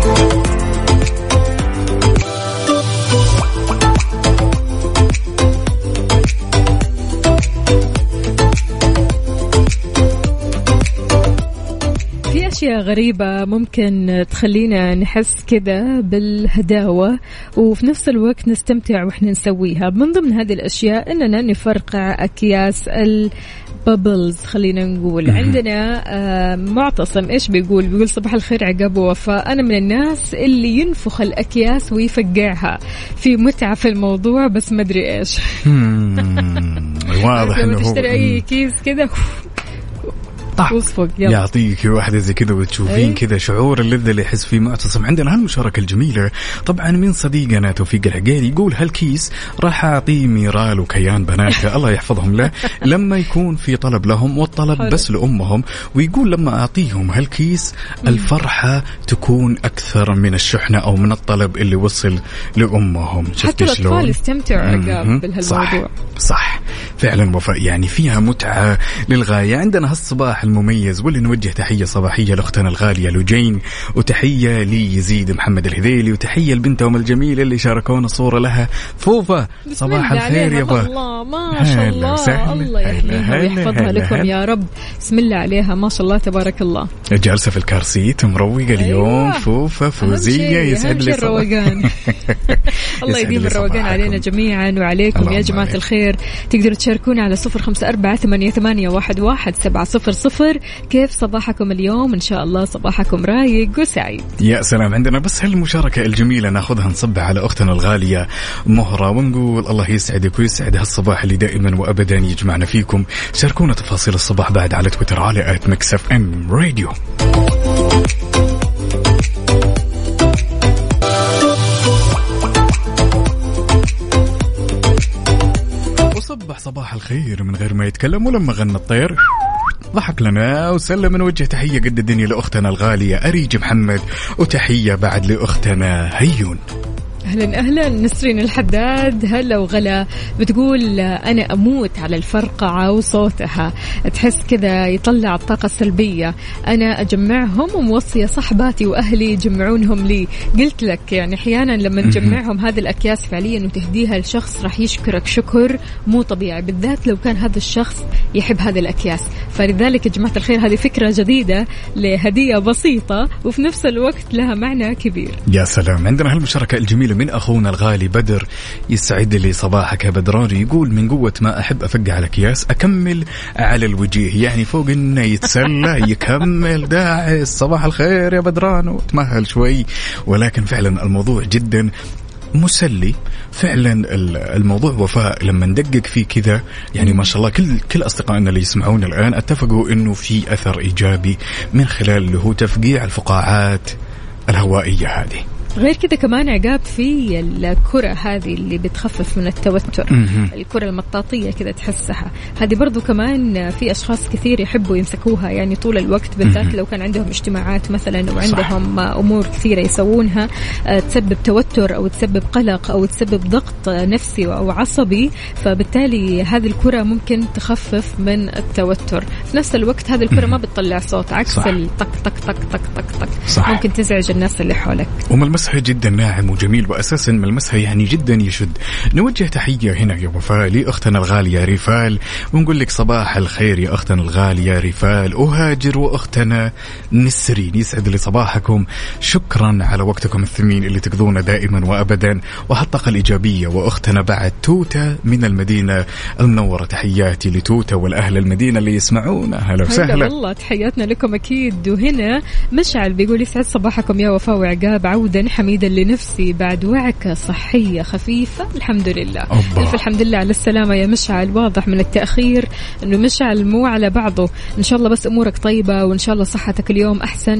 أشياء غريبة ممكن تخلينا نحس كذا بالهداوة وفي نفس الوقت نستمتع وإحنا نسويها. من ضمن هذه الأشياء إننا نفرقع أكياس البابلز. خلينا نقول عندنا معتصم إيش بيقول؟ بيقول صباح الخير عقاب ووفاء، أنا من الناس اللي ينفخ الأكياس ويفقعها، في متعة في الموضوع بس ما أدري إيش. واضح إنه تشتري أي كيس كذا يعطيك واحدة زي كذا وتشوفين ايه؟ كذا شعور اللذة اللي يحس فيه معتصم. عندنا هالمشاركة الجميلة طبعا من صديقنا توفيق العقيلي، يقول هالكيس راح أعطيه ميرال وكيان بناته الله يحفظهم له لما يكون في طلب لهم والطلب حلو. بس لأمهم. ويقول لما أعطيهم هالكيس الفرحة تكون أكثر من الشحنة أو من الطلب اللي وصل لأمهم. حتى الأطفال يستمتعوا عقاب بهالموضوع. صح, صح فعلا وفاء، يعني فيها متعة للغاية. عندنا هالصباح المميز واللي نوجه تحية صباحية لأختنا الغالية لوجين، وتحية ليزيد محمد الهذيلي، وتحية لبنتهم الجميلة اللي شاركونا صورة لها فوفا. صباح الخير يا فا. الله ما شاء الله، الله يحميها ويحفظها لكم يا رب. بسم الله عليها ما شاء الله تبارك الله. جالسة في الكارسيت مروقة اليوم. أيوة. فوفا فوزية يسعد لي الروقان. الله يديم الروقان علينا جميعا وعليكم يا جماعة الخير. تقدروا تشاركونا على صفر خمسة أربعة ثمانية ثمانية واحد واحد سبعة صفر صفر. كيف صباحكم اليوم؟ إن شاء الله صباحكم رايق وسعيد. يا سلام. عندنا بس هالمشاركة الجميلة ناخذها نصب على أختنا الغالية مهرة ونقول الله يسعدك ويسعد هالصباح اللي دائما وأبدا يجمعنا فيكم. شاركونا تفاصيل الصباح بعد على تويتر على آت ميكس إف إم راديو. وصبح صباح الخير من غير ما يتكلم، ولما غنى الطير ضحك لنا وسلم. من وجه تحية قد الدنيا لأختنا الغالية أريج محمد، وتحية بعد لأختنا هيون. أهلا أهلا نسرين الحداد، هلا وغلا. بتقول أنا أموت على الفرقعة وصوتها، تحس كذا يطلع الطاقة السلبية. أنا أجمعهم وموصية صحباتي وأهلي يجمعونهم لي. قلت لك يعني أحيانا لما نجمعهم هذه الأكياس فعليا وتهديها لشخص راح يشكرك شكر مو طبيعي، بالذات لو كان هذا الشخص يحب هذه الأكياس. فلذلك يا جماعة الخير هذه فكرة جديدة لهدية بسيطة وفي نفس الوقت لها معنى كبير. يا سلام. عندنا هالمشاركة الجميلة من أخونا الغالي بدر، يسعد لي صباحك يا بدراني. يقول من قوة ما أحب أفقع على أكياس أكمل على الوجيه، يعني فوق إنه يتسلى يكمل داعس. صباح الخير يا بدران، وتمهل شوي، ولكن فعلا الموضوع جدا مسلي فعلا. الموضوع وفاء لما ندقق فيه كذا يعني ما شاء الله كل كل أصدقائنا اللي يسمعون الآن اتفقوا إنه في أثر إيجابي من خلال اللي هو تفقيع الفقاعات الهوائية هذه. غير كده كمان عقاب في الكرة هذه اللي بتخفف من التوتر، الكرة المطاطية كده تحسها، هذه برضو كمان في أشخاص كثير يحبوا يمسكوها يعني طول الوقت، بالذات لو كان عندهم اجتماعات مثلا وعندهم صح. أمور كثيرة يسوونها تسبب توتر أو تسبب قلق أو تسبب ضغط نفسي أو عصبي، فبالتالي هذه الكرة ممكن تخفف من التوتر. في نفس الوقت هذه الكرة ما بتطلع صوت عكس الطق طق طق طق طق طق صح. ممكن تزعج الناس اللي حولك. وملمسها جدا ناعم وجميل، وأساسا ملمسها يعني جدا يشد. نوجه تحية هنا يا وفاء لأختنا الغالية ريفال، ونقول لك صباح الخير يا أختنا الغالية ريفال وهاجر وأختنا نسرين، يسعد لي صباحكم. شكرا على وقتكم الثمين اللي تقضونه دائما وأبدا وهالطاقة الإيجابية. وأختنا بعد توتا من المدينة المنورة، تحياتي لتوتا والأهل المدينة اللي يسمعونا، هلا وسهلا. والله تحياتنا لكم أكيد. وهنا مشعل بيقول يسعد صباحكم يا وفاء وعقاب، عودا حميدا لنفسي بعد وعكة صحية خفيفة الحمد لله. ألف الحمد لله على السلامة يا مشعل، واضح من التأخير أنه مشعل مو على بعضه. إن شاء الله بس أمورك طيبة وإن شاء الله صحتك اليوم أحسن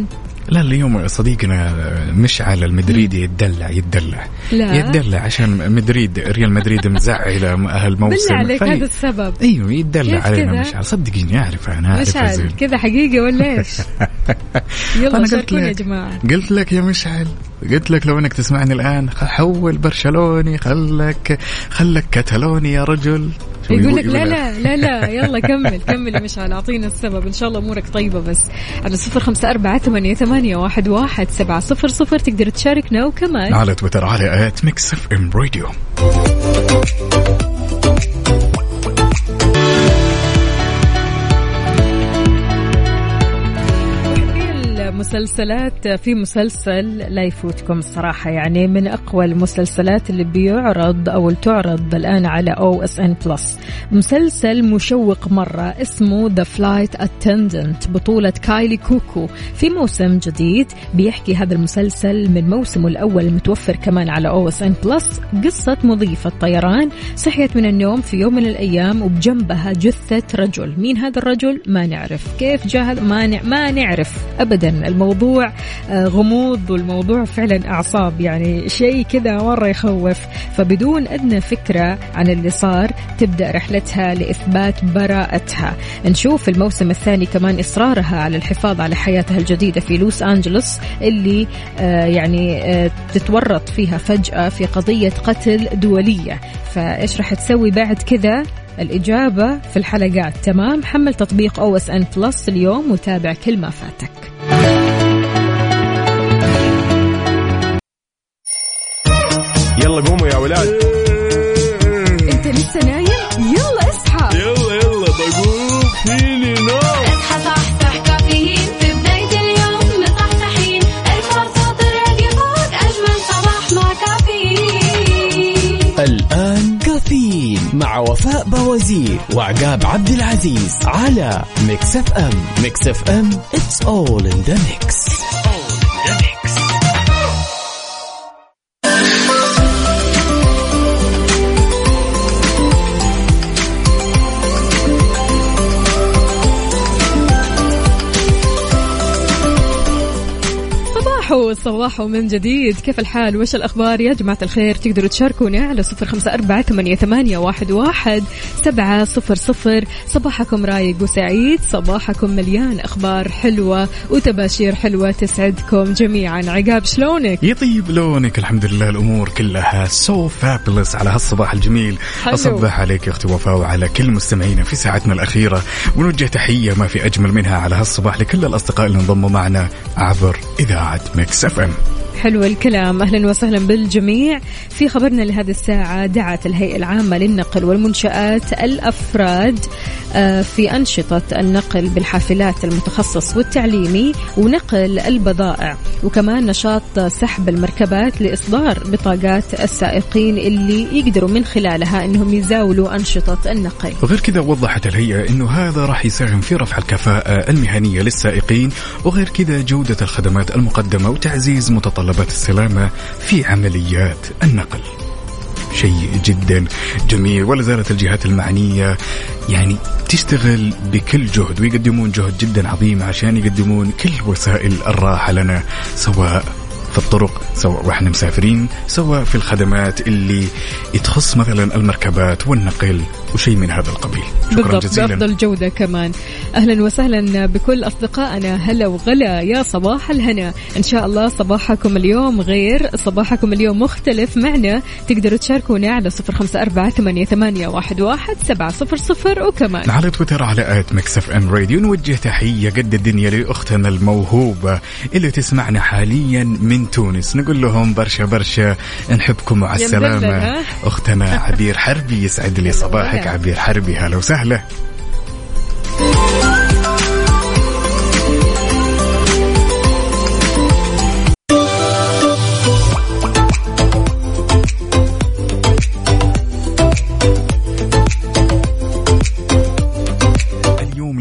لا اليوم صديقنا مشعل المدريدي يتدلع يتدلع لا. يتدلع عشان مدريد ريال مدريد مزعل هالموسم. بالله عليك هذا السبب. ايوه يتدلع علينا مشعل، صدقيني اعرف انا اعرف مشعل كذا حقيقة ولا ايش؟ يلا شاركونا يا جماعة. قلت لك يا مشعل، قلت لك لو انك تسمعني الان حول برشلوني خلك خلك كتالوني يا رجل. يقول لك لا لا لا لا يلا كمل كمل يا مشعل، أعطينا السبب إن شاء الله أمورك طيبة. بس على صفر خمسة أربعة ثمانية ثمانية واحد واحد سبعة صفر صفر تقدر تشاركنا، وكمان على تويتر على آت ميكس اف ام راديو. مسلسلات، في مسلسل لا يفوتكم الصراحة، يعني من أقوى المسلسلات اللي بيعرض أو تعرض الآن على أو إس إن بلس. مسلسل مشوق مرة اسمه The Flight Attendant بطولة كايلي كوكو، في موسم جديد بيحكي هذا المسلسل من موسمه الأول المتوفر كمان على أو إس إن بلس قصة مضيفة طيران صحيت من النوم في يوم من الأيام وبجنبها جثة رجل. مين هذا الرجل؟ ما نعرف. كيف جاء؟ ما ما نعرف أبدا. الموضوع غموض والموضوع فعلا أعصاب، يعني شيء كذا مرة يخوف. فبدون أدنى فكرة عن اللي صار تبدأ رحلتها لإثبات براءتها. نشوف الموسم الثاني كمان إصرارها على الحفاظ على حياتها الجديدة في لوس أنجلوس اللي يعني تتورط فيها فجأة في قضية قتل دولية. فإيش رح تسوي بعد كذا؟ الإجابة في الحلقات. تمام، حمل تطبيق أو إس إن بلس اليوم وتابع كل ما فاتك. يلا قوموا يا ولاد. انت لسه نايم؟ يلا اصحى. يلا يلا بقوم فيني نوم. اصحى صحصح كافيين في بداية اليوم مصحصحين، الفرصة الراديو فوق أجمل صباح مع كافيين. الآن كافيين مع وفاء بوازير وعقاب عبد العزيز على ميكس اف ام. ميكس اف ام it's all in the mix. صباحو من جديد، كيف الحال وش الأخبار يا جماعة الخير؟ تقدروا تشاركونا على صفر خمسة أربعة ثمانية ثمانية واحد واحد سبعة صفر صفر. صباحكم رايق وسعيد، صباحكم مليان أخبار حلوة وتباشير حلوة تسعدكم جميعا. عقاب شلونك؟ يطيب لونك الحمد لله، الأمور كلها سو فابلس على هالصباح الجميل. حلو. أصبح عليك يا أختي وفاء وعلى كل مستمعينا في ساعتنا الأخيرة، ونوجه تحية ما في أجمل منها على هالصباح لكل الأصدقاء اللي انضموا معنا عبر إذاعة ميكس اف ام. حلو الكلام، أهلا وسهلا بالجميع. في خبرنا لهذه الساعة، دعت الهيئة العامة للنقل والمنشآت الأفراد في أنشطة النقل بالحافلات المتخصص والتعليمي ونقل البضائع، وكمان نشاط سحب المركبات لإصدار بطاقات السائقين اللي يقدروا من خلالها أنهم يزاولوا أنشطة النقل. وغير كذا وضحت الهيئة أنه هذا راح يساهم في رفع الكفاءة المهنية للسائقين، وغير كذا جودة الخدمات المقدمة وتعزيز متطلبات السلامة في عمليات النقل. شيء جدا جميل. ولا زالت الجهات المعنية يعني تشتغل بكل جهد ويقدمون جهد جدا عظيم عشان يقدمون كل وسائل الراحة لنا، سواء في الطرق، سواء واحنا مسافرين، سواء في الخدمات اللي تخص مثلا المركبات والنقل وشيء من هذا القبيل. شكرا بالضبط، جزيلا. بأفضل جودة كمان. أهلا وسهلا بكل أصدقائنا، هلا وغلا، يا صباح الهنا. إن شاء الله صباحكم اليوم غير، صباحكم اليوم مختلف معنا. تقدروا تشاركونا على صفر خمسة أربعة ثمانية ثمانية واحد واحد سبعة صفر صفر، وكمان على تويتر على آت ميكس اف ام راديو. نوجه تحية قد الدنيا لأختنا الموهوبة اللي تسمعنا حاليا من تونس، نقول لهم برشا برشا نحبكم مع السلامة. أختنا عبير حربي، يسعد لي صباحك عبير حربي، هلا وسهلا.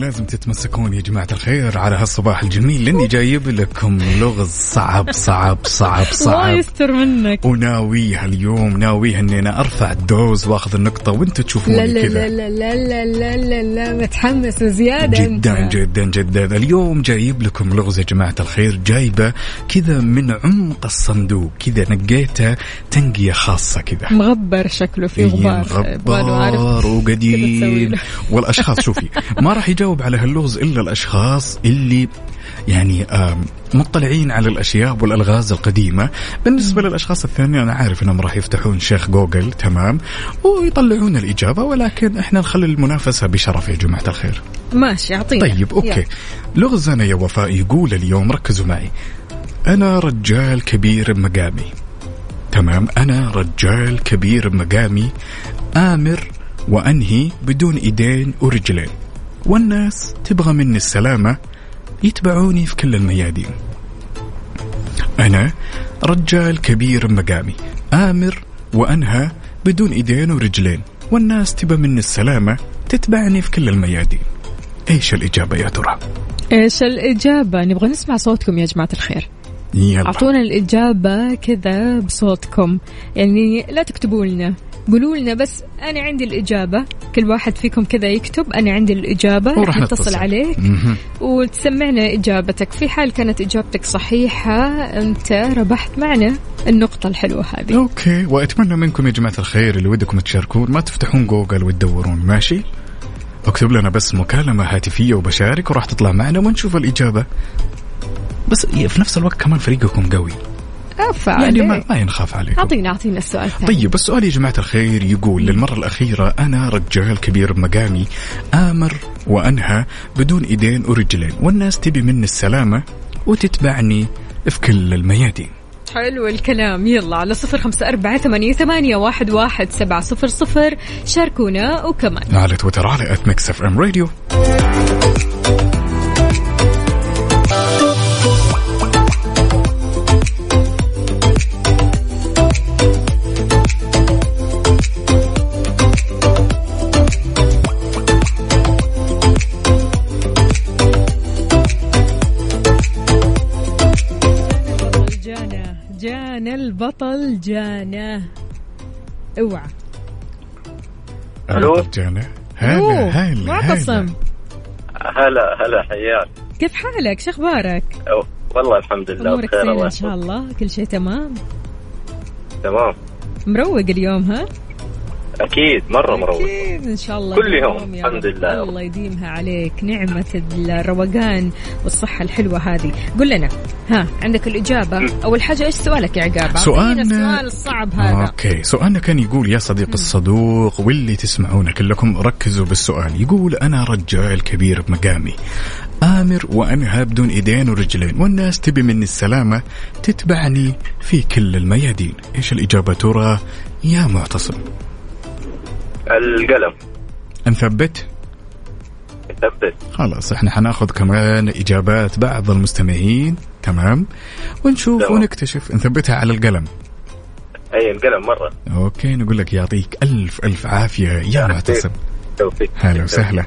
لازم تتمسكون يا جماعة الخير على هالصباح الجميل، لأني جايب لكم لغز صعب صعب صعب صعب. الله يستر منك. وناويها اليوم، ناويها أني أنا أرفع الدوز وأخذ النقطة وأنتوا تشوفوني لا كذا. لا لا لا لا لا لا لا متحمس زيادة جدا أنت. جدا جدا. اليوم جايب لكم لغز يا جماعة الخير، جايبة كذا من عمق الصندوق، كذا نقيته تنقية خاصة كذا، مغبر شكله في غبار، غبار وقديم. والأشخاص شوفي ما راح يجاوب على هاللغز إلا الأشخاص اللي يعني مطلعين على الأشياء والألغاز القديمة. بالنسبة للأشخاص الثانيين أنا عارف أنهم راح يفتحون شيخ جوجل تمام ويطلعون الإجابة، ولكن إحنا نخلي المنافسة بشرف يا جماعة الخير. ماشي أعطينا. طيب أوكي. لغزنا يا وفاء يقول اليوم، ركزوا معي، أنا رجال كبير بمقامي تمام، أنا رجال كبير بمقامي، آمر وأنهي بدون إيدين ورجلين، والناس تبغى مني السلامة، يتبعوني في كل الميادين. أنا رجال كبير بمقامي، آمر وأنهى بدون إيدين ورجلين، والناس تبغى مني السلامة، تتبعني في كل الميادين. إيش الإجابة يا ترى؟ إيش الإجابة؟ نبغى نسمع صوتكم يا جماعة الخير. يلا. أعطونا الإجابة كذا بصوتكم، يعني لا تكتبوا لنا، قولوا لنا بس أنا عندي الإجابة. كل واحد فيكم كذا يكتب أنا عندي الإجابة، ورح نتصل عليك م-م. وتسمعنا إجابتك. في حال كانت إجابتك صحيحة أنت ربحت معنا النقطة الحلوة هذه. أوكي. وأتمنى منكم يا جماعة الخير اللي ودكم تشاركون ما تفتحون جوجل وتدورون، ماشي؟ اكتب لنا بس مكالمة هاتفية وبشارك وراح تطلع معنا ونشوف الإجابة. بس في نفس الوقت كمان فريقكم قوي يعني ما, ما ينخاف عليكم. أعطينا أعطينا السؤال الثاني. طيب السؤال يا جماعة الخير يقول للمرة الأخيرة، أنا رجال كبير بمقامي، آمر وأنهى بدون إيدين ورجلين، والناس تبي مني السلامة وتتبعني في كل الميادين. حلو الكلام. يلا على صفر خمسة أربعة ثمانية ثمانية واحد واحد سبعة صفر صفر شاركونا، وكمان على تويتر على آت ميكس إف إم راديو. جانا البطل جانا. اوعى. الو جانا. هلا هلا معتصم. هلا هلا حياك. كيف حالك؟ شو اخبارك؟ والله الحمد لله بخير ان شاء الله. كل شيء تمام تمام. مروق اليوم ها؟ أكيد مرة مروق. أكيد إن شاء الله كل يوم الحمد لله. الله يديمها عليك نعمة الروقان والصحة الحلوة هذه. قل لنا ها عندك الإجابة. م. أول حاجة إيش سؤالك يا عقاب؟ سؤالنا السؤال الصعب هذا. أوكي سؤالنا كان يقول يا صديق م. الصدوق واللي تسمعونه كلكم ركزوا بالسؤال. يقول أنا رجال كبير بمقامي، آمر وأنهى بدون إيدين ورجلين، والناس تبي مني السلامة، تتبعني في كل الميادين. إيش الإجابة ترى يا معتصم؟ القلم. نثبت؟ نثبت. خلاص احنا حناخذ كمان إجابات بعض المستمعين تمام ونشوف دو. ونكتشف. نثبتها على القلم. أي القلم مرة. أوكي نقول لك يعطيك ألف ألف عافية يا معتصم. توفيق. هلا وسهلا.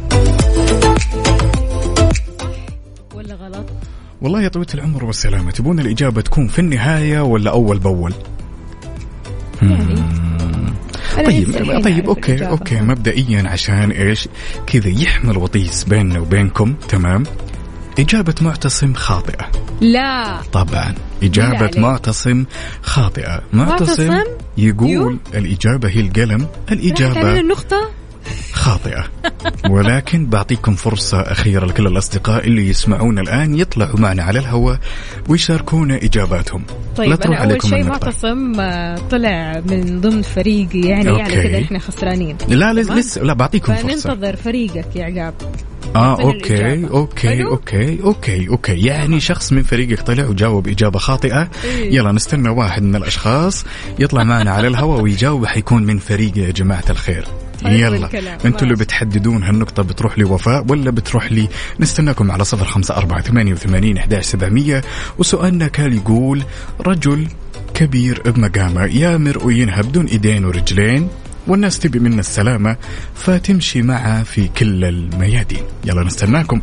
ولا غلط؟ والله يا طويلة العمر والسلامة، تبون الإجابة تكون في النهاية ولا أول بأول؟ يعني طيب طيب اوكي اوكي مبدئيا عشان ايش كذا يحمل وطيس بيننا وبينكم تمام. إجابة معتصم خاطئة. لا طبعا إجابة معتصم خاطئة. معتصم, معتصم يقول يو؟ الإجابة هي القلم. الإجابة النقطة خاطئة. ولكن بعطيكم فرصة أخيرة لكل الأصدقاء اللي يسمعون الآن يطلعوا معنا على الهواء ويشاركونا إجاباتهم. طيب لا أنا أول شيء معتصم طلع من ضمن فريقي يعني أوكي. يعني كذا إحنا خسرانين. لا لسه لا بعطيكم فرصة. فننتظر فريقك يا عقاب. آه أوكي أوكي أوكي أوكي أوكي يعني شخص من فريقك طلع وجاوب إجابة خاطئة. إيه؟ يلا نستنى واحد من الأشخاص يطلع معنا على الهواء ويجاوب، حيكون من فريقي يا جماعة الخير. يلا انتوا اللي بتحددون هالنقطة بتروح لي وفاء ولا بتروح لي. نستناكم على صفر خمسة أربعة ثمانية وثمانين إحدى عشر سبعمية. وسؤالنا كان يقول رجل كبير بمقامه، يامر وينهى بدون إيدين ورجلين، والناس تبي منا السلامة فتمشي معه في كل الميادين. يلا نستناكم.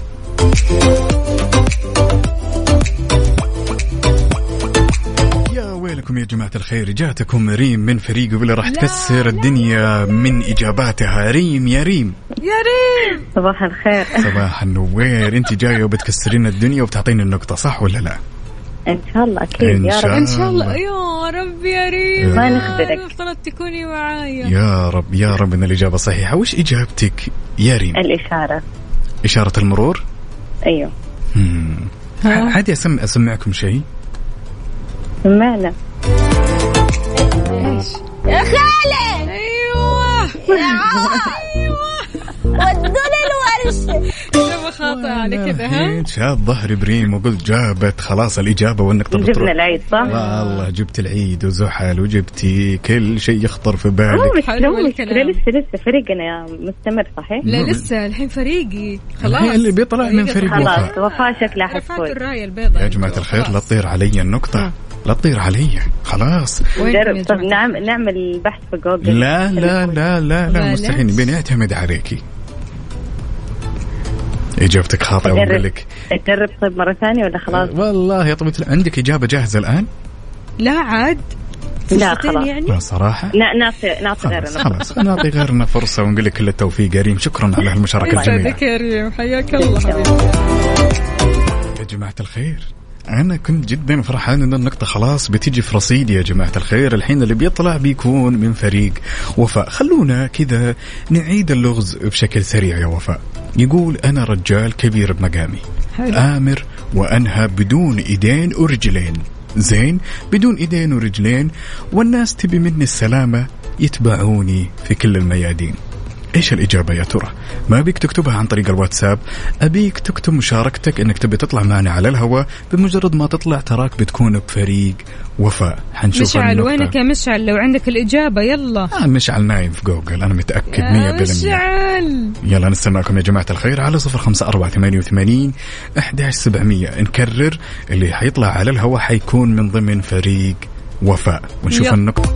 يا ويلكم يا جماعة الخير، جاتكم ريم من فريق ولا راح تكسر الدنيا من إجاباتها. ريم يا ريم يا ريم صباح الخير. صباح النوير. انت جايه وبتكسرين الدنيا وبتعطيني النقطة صح ولا لا؟ ان شاء الله اكيد يا رب. ان شاء الله يا رب يا ريم. ما نخبرك، افترضت تكوني معايا. يا رب يا رب ان الإجابة صحيحة. وش إجابتك يا ريم؟ الإشارة. إشارة المرور. ايوه. امم عادي اسمع اسمعكم شيء. سمعنا. ايش يا خالد؟ ايوه ايوه ودوني الورشة. إجابة خاطئة على كذا. ها شاد ظهري بريم وقلت جابت خلاص الإجابة والنقطة بتروح. جبنا العيد صح؟ والله جبت العيد وزحل وجبتي كل شيء يخطر في بالك. حلو الكلام. لسه لسه فريقنا مستمر صحيح؟ لا لسه الحين فريقي خلاص اللي بيطلع من فريق خلاص. وفاء. وفاء شكلها رفعت حتفوز. الراية البيضاء يا جماعة الخير لا تطير علي النقطة، لا تطير علي خلاص. جرب. طب نعمل نعمل بحث في جوجل. لا لا لا لا لا مستحيل، بين يعتمد عليكي. إجابتك خاطئة وأقول لك. تجرب طيب مرة ثانية ولا خلاص؟ والله طب عندك إجابة جاهزة الآن؟ لا عاد. لا خلاص يعني صراحة نعطي نعطي غيرنا خلاص نعطي غيرنا فرصة ونقول لك كل التوفيق يا ريم. شكرا على هالمشاركة الجميلة. يسعدك يا ريم، حياك الله حبيبي. يا جماعة الخير أنا كنت جدا فرحان أن النقطة خلاص بتيجي في رصيدي. يا جماعة الخير الحين اللي بيطلع بيكون من فريق وفاء. خلونا كذا نعيد اللغز بشكل سريع يا وفاء. يقول أنا رجال كبير بمقامي، آمر وأنهى بدون إيدين ورجلين. زين بدون إيدين ورجلين، والناس تبي مني السلامة يتبعوني في كل الميادين. إيش الإجابة يا ترى؟ ما بيك تكتبها عن طريق الواتساب، أبيك تكتب مشاركتك إنك تبي تطلع معنا على الهواء. بمجرد ما تطلع تراك بتكون بفريق وفاء. حنشوف مشعل وينك يا مشعل؟ لو عندك الإجابة يلا. آه مشعل نايم في جوجل أنا متأكد مية بالمية. مشعل يلا نستناكم يا جماعة الخير على صفر خمسة أربعة ثمانية وثمانين أحد عشر سبعمية. نكرر اللي حيطلع على الهواء حيكون من ضمن فريق وفاء ونشوف يلا. النقطة.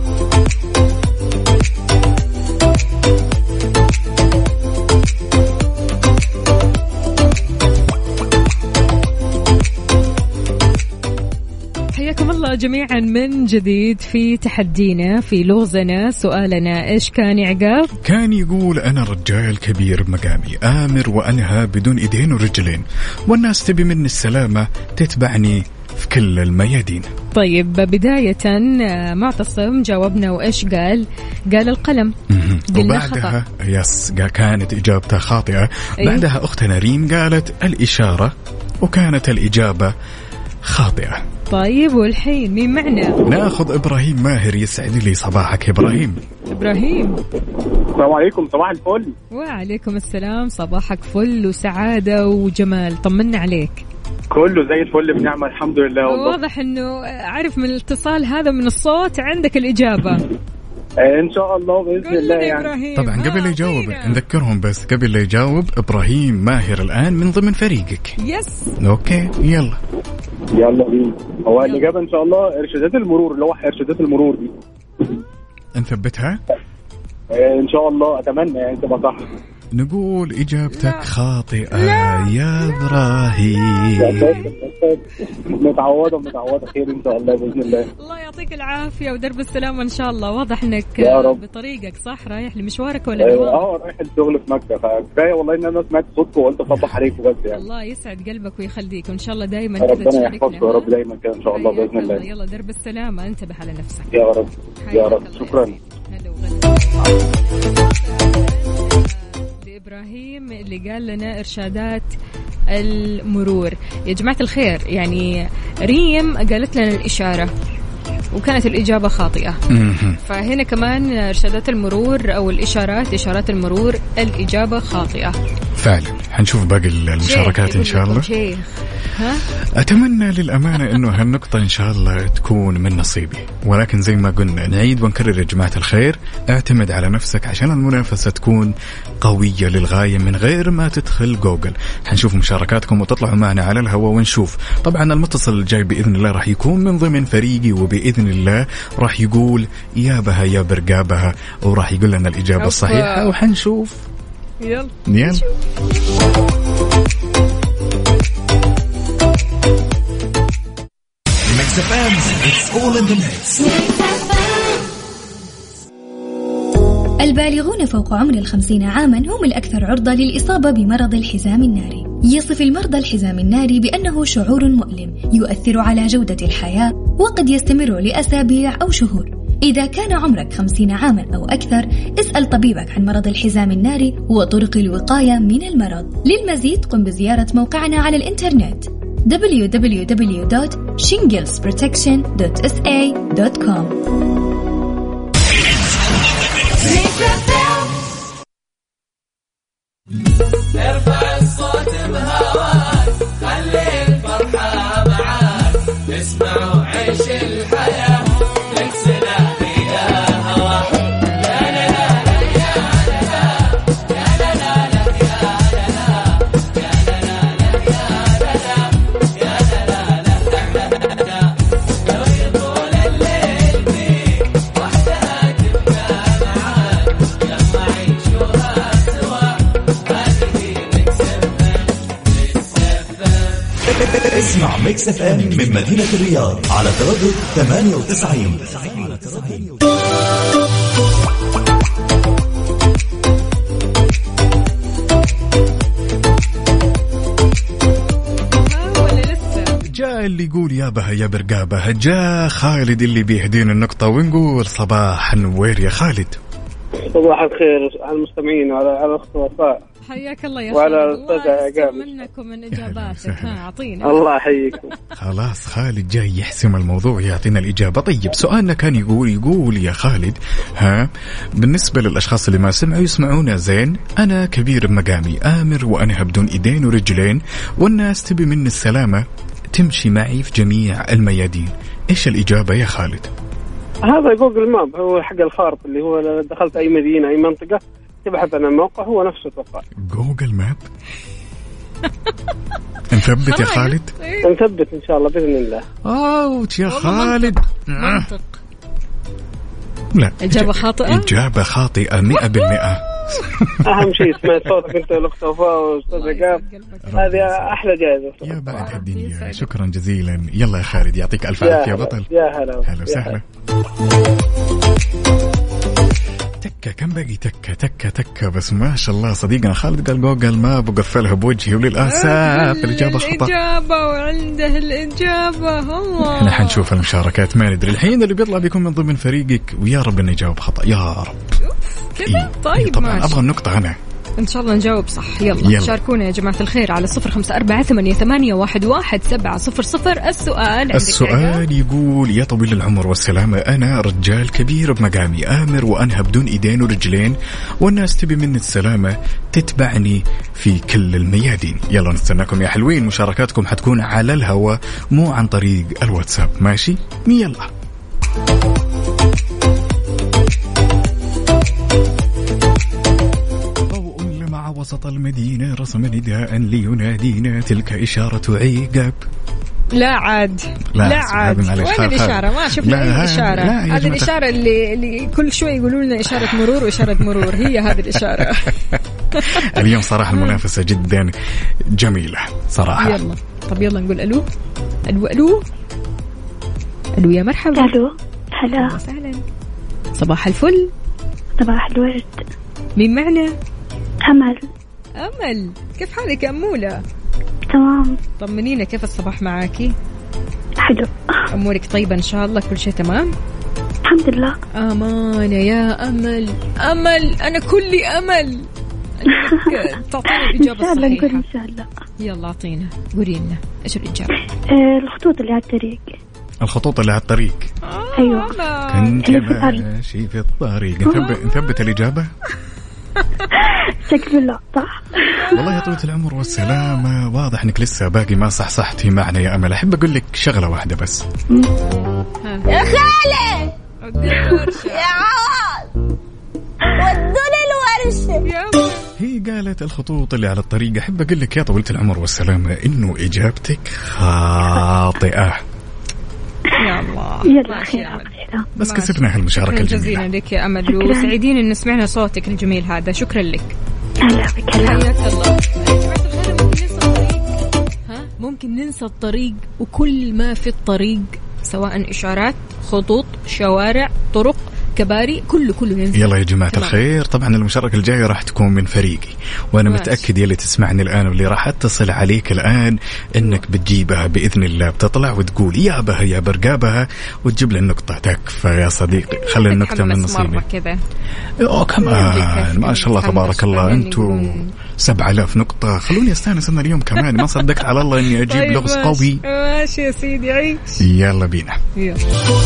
حياكم الله جميعا من جديد في تحدينا في لغزنا. سؤالنا إيش كان يا عقاب؟ كان يقول أنا رجال كبير بمقامي، آمر وأنهى بدون إيدين ورجلين، والناس تبي مني السلامة تتبعني في كل الميادين. طيب بداية معتصم جاوبنا وإيش قال؟ قال القلم. وبعدها يس كانت إجابتها خاطئة. أيه؟ بعدها أختنا ريم قالت الإشارة وكانت الإجابة خاطئة. طيب والحين مين معنا؟ ناخذ إبراهيم ماهر. يسعد لي صباحك إبراهيم. إبراهيم السلام عليكم. صباح الفل. وعليكم السلام. صباحك فل وسعادة وجمال. طمنا عليك. كله زي الفل بنعمة الحمد لله. والله واضح انه عارف من الاتصال هذا من الصوت عندك الإجابة. ان شاء الله باذن الله يعني. طبعا قبل لا يجاوب نذكرهم بس قبل لا يجاوب إبراهيم ماهر الآن من ضمن فريقك. يس اوكي يلا يلا بينا. هو الإجابة ان شاء الله ارشادات المرور، اللي هو ارشادات المرور دي نثبتها ان شاء الله. اتمنى يعني تبقى صح. نقول إجابتك خاطئة يا إبراهيم. متعوضة متعوضة خير إن شاء الله بإذن الله. الله يعطيك العافية ودرب السلامة إن شاء الله. واضح إنك بطريقك صح رايح لمشوارك ولا دوام؟ اه رايح الشغل في مكة، فكفاية والله إن أنا سمعت صوتك وقلت أصبح عليكم بس يعني. الله يسعد قلبك ويخليك وإن شاء الله دايما كذا ربنا تشاركنا. يحفظك يا رب دايما كده إن شاء الله بإذن الله. يلا درب السلامة. انتبه على نفسك يا رب يا رب. شكرا. هلا وغلا. إبراهيم اللي قال لنا إرشادات المرور. يا جماعة الخير يعني ريم قالت لنا الإشارة وكانت الإجابة خاطئة. فهنا كمان إرشادات المرور أو الإشارات إشارات المرور الإجابة خاطئة. فعلا حنشوف باقي المشاركات إن شاء الله. ها؟ أتمنى للأمانة أنه هالنقطة إن شاء الله تكون من نصيبي، ولكن زي ما قلنا نعيد ونكرر يا جماعة الخير، اعتمد على نفسك عشان المنافسة تكون قوية للغاية من غير ما تدخل جوجل. حنشوف مشاركاتكم وتطلعوا معنا على الهواء ونشوف. طبعا المتصل الجاي بإذن الله راح يكون من ضمن فريقي، وبإذن الله راح يقول يا بها يا برقابها، وراح يقول لنا الإجابة الصحيحة وحنشوف. يلا يلا البالغون فوق عمر الخمسين عاما هم الأكثر عرضة للإصابة بمرض الحزام الناري. يصف المرضى الحزام الناري بأنه شعور مؤلم يؤثر على جودة الحياة وقد يستمر لأسابيع أو شهور. إذا كان عمرك خمسين عاما أو أكثر اسأل طبيبك عن مرض الحزام الناري وطرق الوقاية من المرض. للمزيد قم بزيارة موقعنا على الإنترنت دبليو دبليو دبليو دوت shingles protection دوت إس إيه دوت كوم. ارفع الصوت بهواك خلي الفرحة معاك اسمع وعيش الحياة تكسنا فيها هواك يا لا لا لا يا لا لا يا لا لا لا يا لا لا يا لا لا يا لا لا لا لو يطول الليل بيك وحدها تبقى معاك لما عيشوها سوا. اسمع ميكس اف ام من مدينة الرياض على تردد ثمانية وتسعين. جاء اللي يقول يا بها يا برقابها، جاء خالد اللي بيهدين النقطة ونقول صباح نوير يا خالد. صباح الخير على المستمعين وعلى على الأخت وفاء. حياك الله يا وعلى خالد، الأستاذ عقاب منكم من إجاباتك. ها أعطينا. الله يحييكم. خلاص خالد جاي يحسم الموضوع يعطينا الإجابة. طيب سؤالنا كان يقول يقول يا خالد، ها بالنسبة للأشخاص اللي ما سمعوا يسمعونا زين، أنا كبير بمقامي آمر وأنهى بدون إيدين ورجلين والناس تبي مني السلامة تمشي معي في جميع الميادين. إيش الإجابة يا خالد؟ هذا جوجل ماب، هو حق الخارطة اللي هو دخلت أي مدينة أي منطقة تبحث عن الموقع هو نفسه توقع. جوجل ماب. نثبت يا خالد؟ نثبت إن شاء الله بإذن الله. أوت يا خالد. منطق. لا إجابة خاطئة. إجابة خاطئة مئة بالمئة. أهم شيء سمعت صوتك أنت والأخت وفاء والأستاذ عقاب، هذه أحلى جائزة يا بعد هالدنيا. شكرا جزيلا. يلا يا خالد يعطيك ألف عافية يا بطل. يا هلا هلا وسهلا. تكة كم باقي تكة تكة تكة بس ما شاء الله صديقنا خالد قال جوجل ما بقفلها بوجهي وللأسف الإجابة خطأ. الإجابة وعنده الإجابة الله. احنا حنشوف المشاركات ما ندري الحين اللي بيطلع بيكون من ضمن فريقك ويا رب انه يجاوب خطأ يا رب. كذا إيه. طيب طبعا ماشي. أبغى النقطة أنا إن شاء الله نجاوب صح. يلا, يلا. شاركونا يا جماعة الخير على صفر خمسة أربعة ثمانية ثمانية واحد واحد سبعة صفر صفر. السؤال السؤال يقول يا طويل العمر والسلامة، أنا رجال كبير بمقامي آمر وأنهى بدون إيدين ورجلين والناس تبي مني السلامة تتبعني في كل الميادين. يلا نستناكم يا حلوين، مشاركاتكم حتكون على الهواء مو عن طريق الواتساب. ماشي يلا. وسط المدينة رسم نداء لينادينا تلك إشارة عقاب. لا عاد لا, لا عاد وين الإشارة؟ ما شفنا أي إشارة. هذه الإشارة اللي, اللي كل شوي يقولوا لنا إشارة مرور وإشارة مرور، هي هذه الإشارة. اليوم صراحة المنافسة جدا جميلة صراحة. يلا طب يلا نقول ألو ألو ألو ألو يا مرحبا. ألو هلا وسهلا. صباح الفل. صباح الورد. مين معنا؟ أمل. أمل كيف حالك يا أمولة؟ تمام. طمنينا كيف الصباح معاكي؟ حلو. أمورك طيبة إن شاء الله كل شيء تمام؟ الحمد لله. أمانة يا أمل. أمل أنا كلي أمل أنك تعطينا الإجابة الصحيحة. إن شاء الله نقول إن شاء الله. يلا أعطينا قولي لنا إيش الإجابة. آه الخطوط اللي على الطريق. الخطوط اللي على الطريق. آه أيوة. كنت ماشي في الطريق. نثبت نثبت الإجابة. شكل بالله صح. والله يا طويلة العمر والسلامة، واضح انك لسه باقي ما صحصحتي معنا يا امل. احب اقول لك شغلة واحدة بس. يا خالي يا عوض ودوني الورشة. هي قالت الخطوط اللي على الطريق. احب اقول لك يا طويلة العمر والسلامة انه اجابتك خاطئة. يا الله. يلا خير. بس كسبنا هالمشاركة الجميلة. الجميلة. جزيلا لك يا أمل، وسعيدين إن سمعنا صوتك الجميل هذا. شكرا لك. هلا بك. حياك الله. ها ممكن ننسى الطريق وكل ما في الطريق، سواء إشارات، خطوط، شوارع، طرق، كباري، كله كله ننسى. يلا يا جماعة تمام. الخير، طبعا المشاركة الجاية راح تكون من فريقي، وأنا ماشي. متأكد يلي تسمعني الآن واللي راح أتصل عليك الآن إنك بتجيبها بإذن الله، بتطلع وتقول يا بها يا برقابها وتجيب لي النقطة. تكفى يا صديقي، خلي النقطة من نصيبي. كذا. أوه كمان ما شاء الله تبارك الله، أنتوا سبعة آلاف نقطة. خلوني أستانس أنا اليوم كمان، ما صدقت على الله إني أجيب طيب لغز ماشي. قوي. ماشي يا سيدي، عيش. يلا بينا. يلا.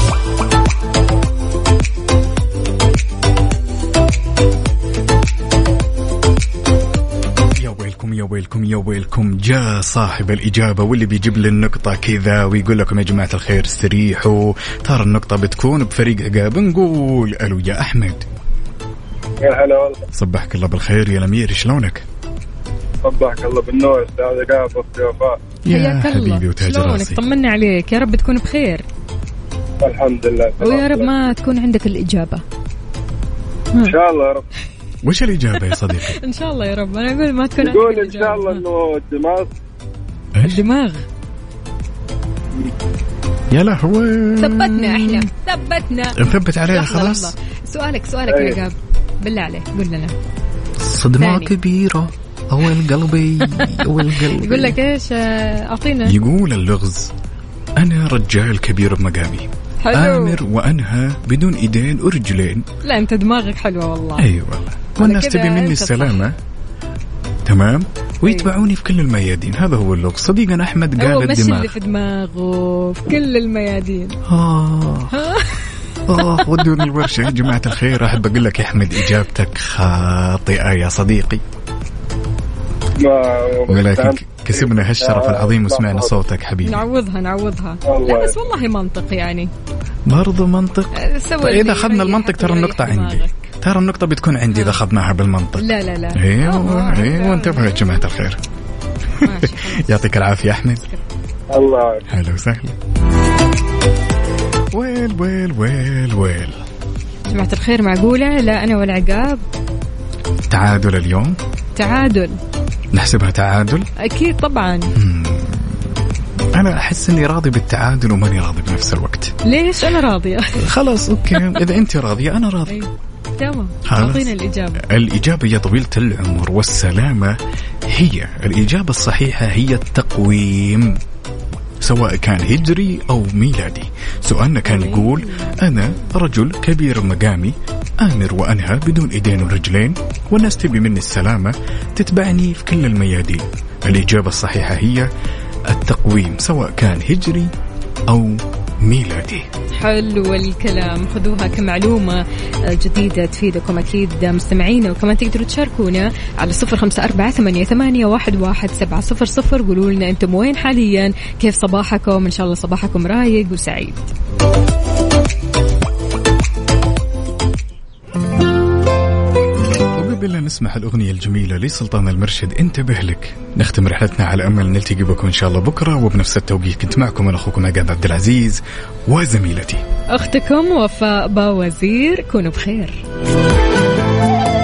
يا ويلكم يا ويلكم، جاء صاحب الإجابة واللي بيجيب لي النقطة كذا ويقول لكم يا جماعة الخير استريحوا، ترى النقطة بتكون بفريق عقاب. نقول ألو يا أحمد. يا هلا والله. صبحك الله بالخير يا الأمير، شلونك؟ صبحك الله بالنور أستاذ عقاب أختي وفاء. يا حبيبي وتاج راسي. طمنا عليك، يا رب تكون بخير. الحمد لله. ويا رب ما تكون عندك الإجابة. إن شاء الله يا رب. وش الإجابة يا صديقي؟ إن شاء الله يا رب. أنا أقول ما تكون عندك يقول إن الإجابة. شاء الله إنه الدماغ. الدماغ. يا لا هو ثبتنا إحنا ثبتنا نثبت عليها خلاص. سؤالك سؤالك يا عقاب بالله عليك قول لنا. صدمة كبيرة أول قلبي أول قلبي. يقول لك إيش؟ أعطينا. يقول اللغز أنا رجال كبير بمقامي، آمر وأنهى بدون إيدين ورجلين. لا أنت دماغك حلوة والله. أيوة والله، والناس تبي مني السلامة. تمام، ويتبعوني في كل الميادين. هذا هو اللغز. صديقنا أحمد قال الدماغ. الدماغ اللي في دماغه في كل الميادين. آه آه ودوني الورشة يا جماعة الخير. أحب أقول لك يا أحمد إجابتك خاطئة يا صديقي، ولكن كسبنا هالشرف العظيم وسمعنا صوتك حبيبي. نعوضها نعوضها. لا بس والله منطق يعني، برضو منطق. إذا أخذنا المنطق ترى النقطة عندي، ترى النقطة بتكون عندي إذا أخذناها بالمنطق. لا لا لا. ايوه ايوه انتبهوا يا جماعة الخير. يعطيك العافية أحمد. الله. هلا وسهلا. ويل ويل ويل ويل. جماعة الخير معقولة؟ لا أنا والعقاب تعادل اليوم. تعادل. نحسبها تعادل. أكيد طبعا. أنا أحس إني راضي بالتعادل وماني راضي بنفس الوقت. ليش؟ أنا راضية. خلاص أوكي، إذا أنت راضية أنا راضي. أيوة. تمام. خلاص. أعطينا الإجابة. الإجابة يا طويلة العمر والسلامة هي الإجابة الصحيحة هي التقويم، سواء كان هجري أو ميلادي. سؤالنا كان يقول أنا رجل كبير مقامي، آمر وأنهى بدون إيدين ورجلين، والناس تبي مني السلامة، تتبعني في كل الميادين. الإجابة الصحيحة هي التقويم، سواء كان هجري أو ميلادي. حلو الكلام، خذوها كمعلومة جديدة تفيدكم أكيد مستمعينا، وكمان تقدروا تشاركونا على صفر خمسة أربعة ثمانية ثمانية واحد واحد سبعة صفر صفر. قولوا لنا أنتم وين حاليا، كيف صباحكم، إن شاء الله صباحكم رايق وسعيد. قبل نسمع الأغنية الجميلة لسلطان المرشد انتبه لك، نختم رحلتنا على أمل نلتقي بكم إن شاء الله بكرة وبنفس التوقيت. كنت معكم أنا أخوكم عقاب عبد العزيز وزميلتي أختكم وفاء باوزير. كونوا بخير.